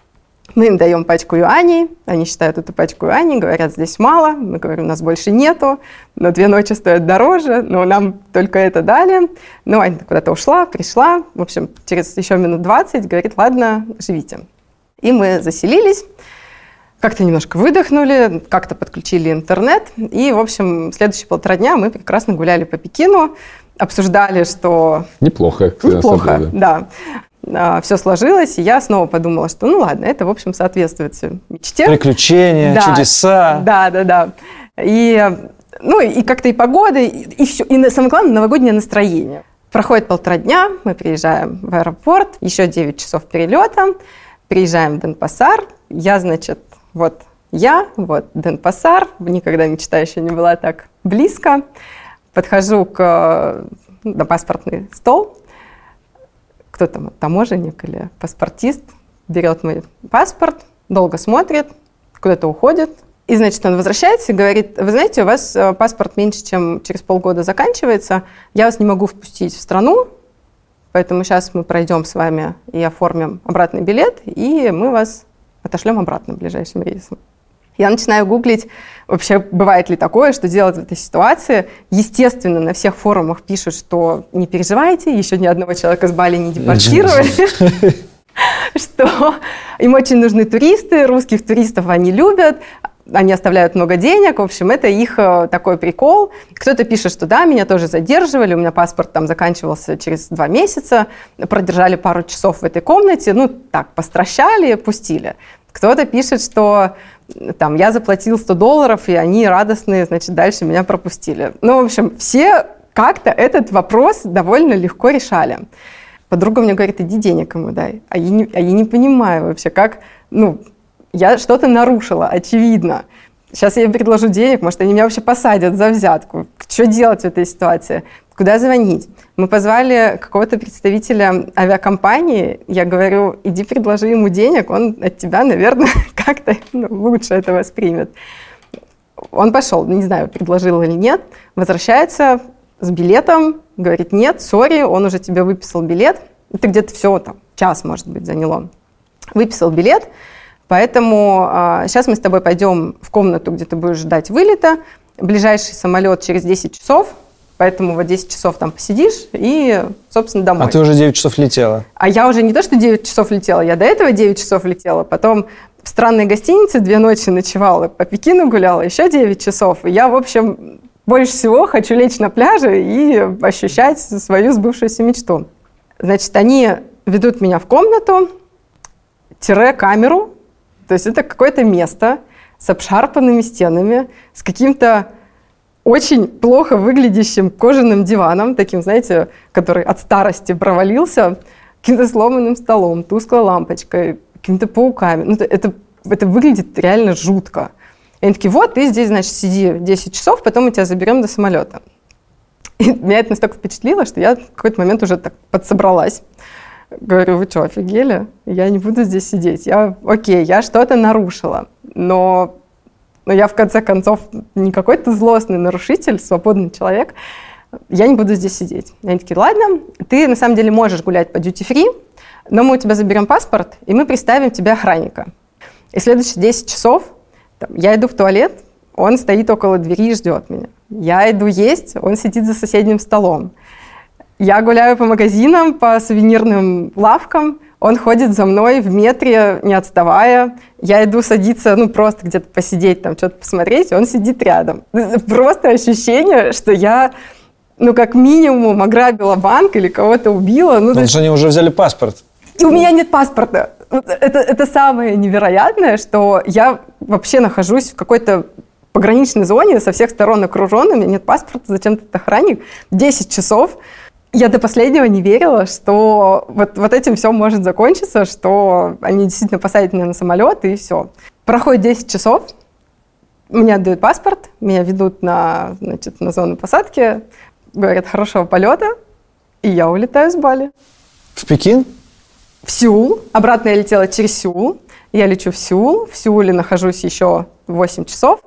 мы им даем пачку юаней, они считают эту пачку юаней, говорят, здесь мало, мы говорим, у нас больше нету, но две ночи стоят дороже, но нам только это дали. Ну, Аня куда-то ушла, пришла, в общем, через еще минут двадцать говорит, ладно, живите. И мы заселились. Как-то немножко выдохнули, как-то подключили интернет. И, в общем, следующие полтора дня мы прекрасно гуляли по Пекину, обсуждали, что... Неплохо. Неплохо, да. А, все сложилось, и я снова подумала, что, ну ладно, это, в общем, соответствует мечте. Приключения, да, чудеса. Да, да, да. И, ну, и как-то и погода, и, и все. И, самое главное, новогоднее настроение. Проходит полтора дня, мы приезжаем в аэропорт, еще девять часов перелета, приезжаем в Денпасар. Я, значит... Вот я, вот Денпасар, никогда мечта еще не была так близко. Подхожу к, на паспортный стол. Кто там, таможенник или паспортист, берет мой паспорт, долго смотрит, куда-то уходит. И, значит, он возвращается и говорит, вы знаете, у вас паспорт меньше, чем через полгода заканчивается, я вас не могу впустить в страну, поэтому сейчас мы пройдем с вами и оформим обратный билет, и мы вас... отошлем обратно ближайшим рейсом. Я начинаю гуглить, вообще бывает ли такое, что делать в этой ситуации. Естественно, на всех форумах пишут, что не переживайте, еще ни одного человека с Бали не депортировали, что им очень нужны туристы, русских туристов они любят. они оставляют много денег, в общем, это их такой прикол. Кто-то пишет, что да, меня тоже задерживали, у меня паспорт там заканчивался через два месяца, продержали пару часов в этой комнате, ну, так, постращали, пустили. Кто-то пишет, что там я заплатил сто долларов, и они радостные, значит, дальше меня пропустили. Ну, в общем, все как-то этот вопрос довольно легко решали. Подруга мне говорит, иди денег ему дай. А я не, а я не понимаю вообще, как, ну, я что-то нарушила, очевидно. Сейчас я им предложу денег, может, они меня вообще посадят за взятку. Что делать в этой ситуации? Куда звонить? Мы позвали какого-то представителя авиакомпании. Я говорю, иди предложи ему денег, он от тебя, наверное, как-то ну, лучше это воспримет. Он пошел, не знаю, предложил или нет, возвращается с билетом, говорит, нет, сори, он уже тебе выписал билет. Это где-то все там, час, может быть, заняло. Выписал билет. Поэтому э, сейчас мы с тобой пойдем в комнату, где ты будешь ждать вылета. Ближайший самолет через десять часов, поэтому вот десять часов там посидишь и, собственно, домой. А ты уже девять часов летела? А я уже не то, что девять часов летела, я до этого девять часов летела, потом в странной гостинице две ночи ночевала, по Пекину гуляла, еще девять часов. И я, в общем, больше всего хочу лечь на пляже и ощущать свою сбывшуюся мечту. Значит, они ведут меня в комнату, тире камеру. То есть это какое-то место с обшарпанными стенами, с каким-то очень плохо выглядящим кожаным диваном, таким, знаете, который от старости провалился, каким-то сломанным столом, тусклой лампочкой, какими-то пауками. Ну, это, это выглядит реально жутко. И они такие, вот, ты здесь, значит, сиди десять часов, потом мы тебя заберем до самолета. И меня это настолько впечатлило, что я в какой-то момент уже так подсобралась. Говорю, вы что, офигели? Я не буду здесь сидеть. Я, окей, я что-то нарушила, но, но я в конце концов не какой-то злостный нарушитель, свободный человек. Я не буду здесь сидеть. Они такие, ладно, ты на самом деле можешь гулять по duty-free, но мы у тебя заберем паспорт, и мы приставим тебе охранника. И следующие десять часов там, я иду в туалет, он стоит около двери и ждет меня. Я иду есть, он сидит за соседним столом. Я гуляю по магазинам, по сувенирным лавкам, он ходит за мной в метре, не отставая. Я иду садиться, ну, просто где-то посидеть, там, что-то посмотреть, он сидит рядом. Просто ощущение, что я, ну, как минимум, ограбила банк или кого-то убила. Ну, Потому что они уже взяли паспорт. И у меня нет паспорта. Это, это самое невероятное, что я вообще нахожусь в какой-то пограничной зоне, со всех сторон окружен, у меня нет паспорта, зачем тут охранник. десять часов. Я до последнего не верила, что вот, вот этим все может закончиться, что они действительно посадят меня на самолет, и все. Проходит десять часов, мне отдают паспорт, меня ведут на, значит, на зону посадки, говорят, хорошего полета, и я улетаю с Бали. В Пекин? В Сеул. Обратно я летела через Сеул. Я лечу в Сеул. В Сеуле нахожусь еще восемь часов.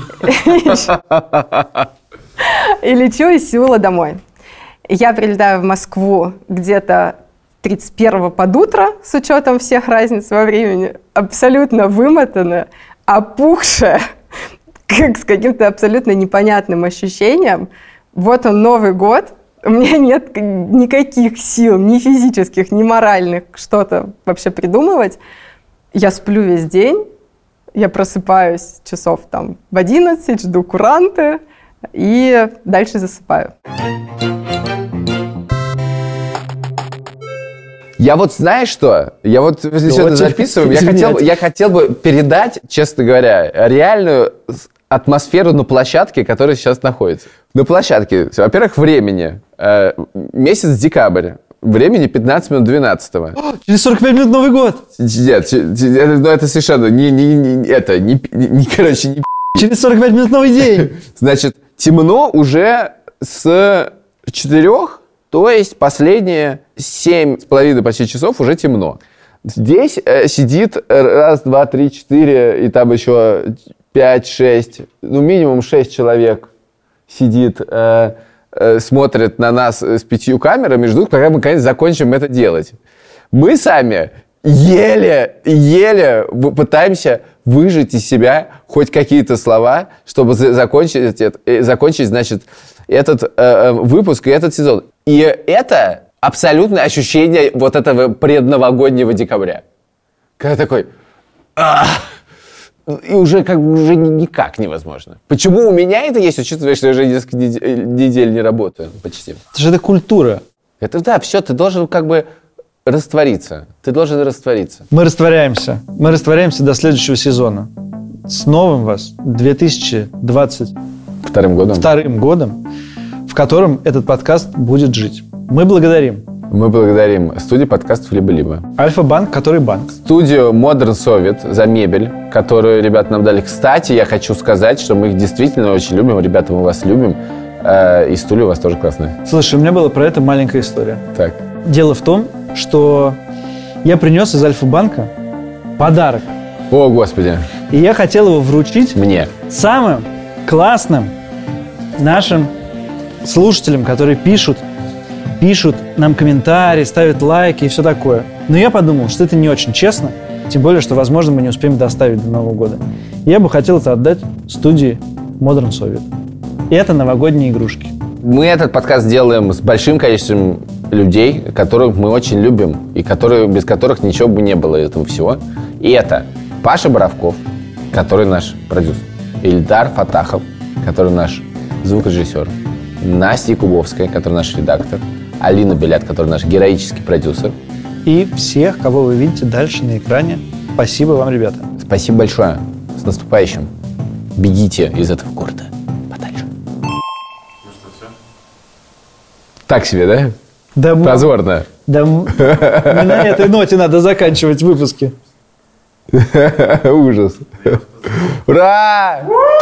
И лечу из Сеула домой. Я прилетаю в Москву где-то тридцать первого под утро, с учетом всех разниц во времени, абсолютно вымотанная, опухшая, как с каким-то абсолютно непонятным ощущением. Вот он, Новый год, у меня нет никаких сил, ни физических, ни моральных, что-то вообще придумывать. Я сплю весь день, я просыпаюсь часов там в одиннадцать, жду куранты и дальше засыпаю. Я вот, знаешь что? Я вот, если все это записываем, я хотел, я хотел бы передать, честно говоря, реальную атмосферу на площадке, которая сейчас находится. На площадке, во-первых, времени. Э, месяц декабрь. Времени пятнадцать минут двенадцатого. Через сорок пять минут Новый год. Нет, ну это совершенно не, не, не это, не, не, короче, не... Через сорок пять минут новый день. Значит, темно уже с четырех, то есть последние семь с половиной почти часов уже темно. Здесь э, сидит раз, два, три, четыре, и там еще пять, шесть, ну минимум шесть человек сидит, э, э, смотрят на нас с пятью камерами, ждут, пока мы, наконец, закончим это делать. Мы сами еле, еле пытаемся выжать из себя хоть какие-то слова, чтобы закончить, закончить значит, этот э, выпуск и этот сезон. И это абсолютное ощущение вот этого предновогоднего декабря. Когда такой... и уже как бы уже никак невозможно. Почему у меня это есть, учитывая, что я уже несколько недель не работаю почти? Это же это культура. Это да, все, ты должен как бы раствориться. Ты должен раствориться. Мы растворяемся. Мы растворяемся до следующего сезона. С новым вас две тысячи двадцать Вторым годом. Вторым годом, в котором этот подкаст будет жить. Мы благодарим. Мы благодарим студию подкастов «Либо-либо». Альфа-банк, который банк. Студию Modern Soviet за мебель, которую ребята нам дали. Кстати, я хочу сказать, что мы их действительно очень любим. Ребята, мы вас любим. И стулья у вас тоже классные. Слушай, у меня была про это маленькая история. Так. Дело в том, что я принес из Альфа-банка подарок. О, Господи. И я хотел его вручить мне самым классным нашим слушателям, которые пишут, пишут нам комментарии, ставят лайки и все такое. Но я подумал, что это не очень честно, тем более, что, возможно, мы не успеем доставить до Нового года. Я бы хотел это отдать студии Modern Soviet. И это новогодние игрушки. Мы этот подкаст делаем с большим количеством людей, которых мы очень любим, и которые, без которых ничего бы не было этого всего. И это Паша Боровков, который наш продюсер, Ильдар Фатахов, который наш звукорежиссер, Настя Якубовская, которая наш редактор, Алина Белят, которая наш героический продюсер. И всех, кого вы видите дальше на экране. Спасибо вам, ребята. Спасибо большое. С наступающим. Бегите из этого города подальше. Ну что, все? Так себе, да? Да, позорно. Да, не на этой ноте надо заканчивать выпуски. Ужас. Ура!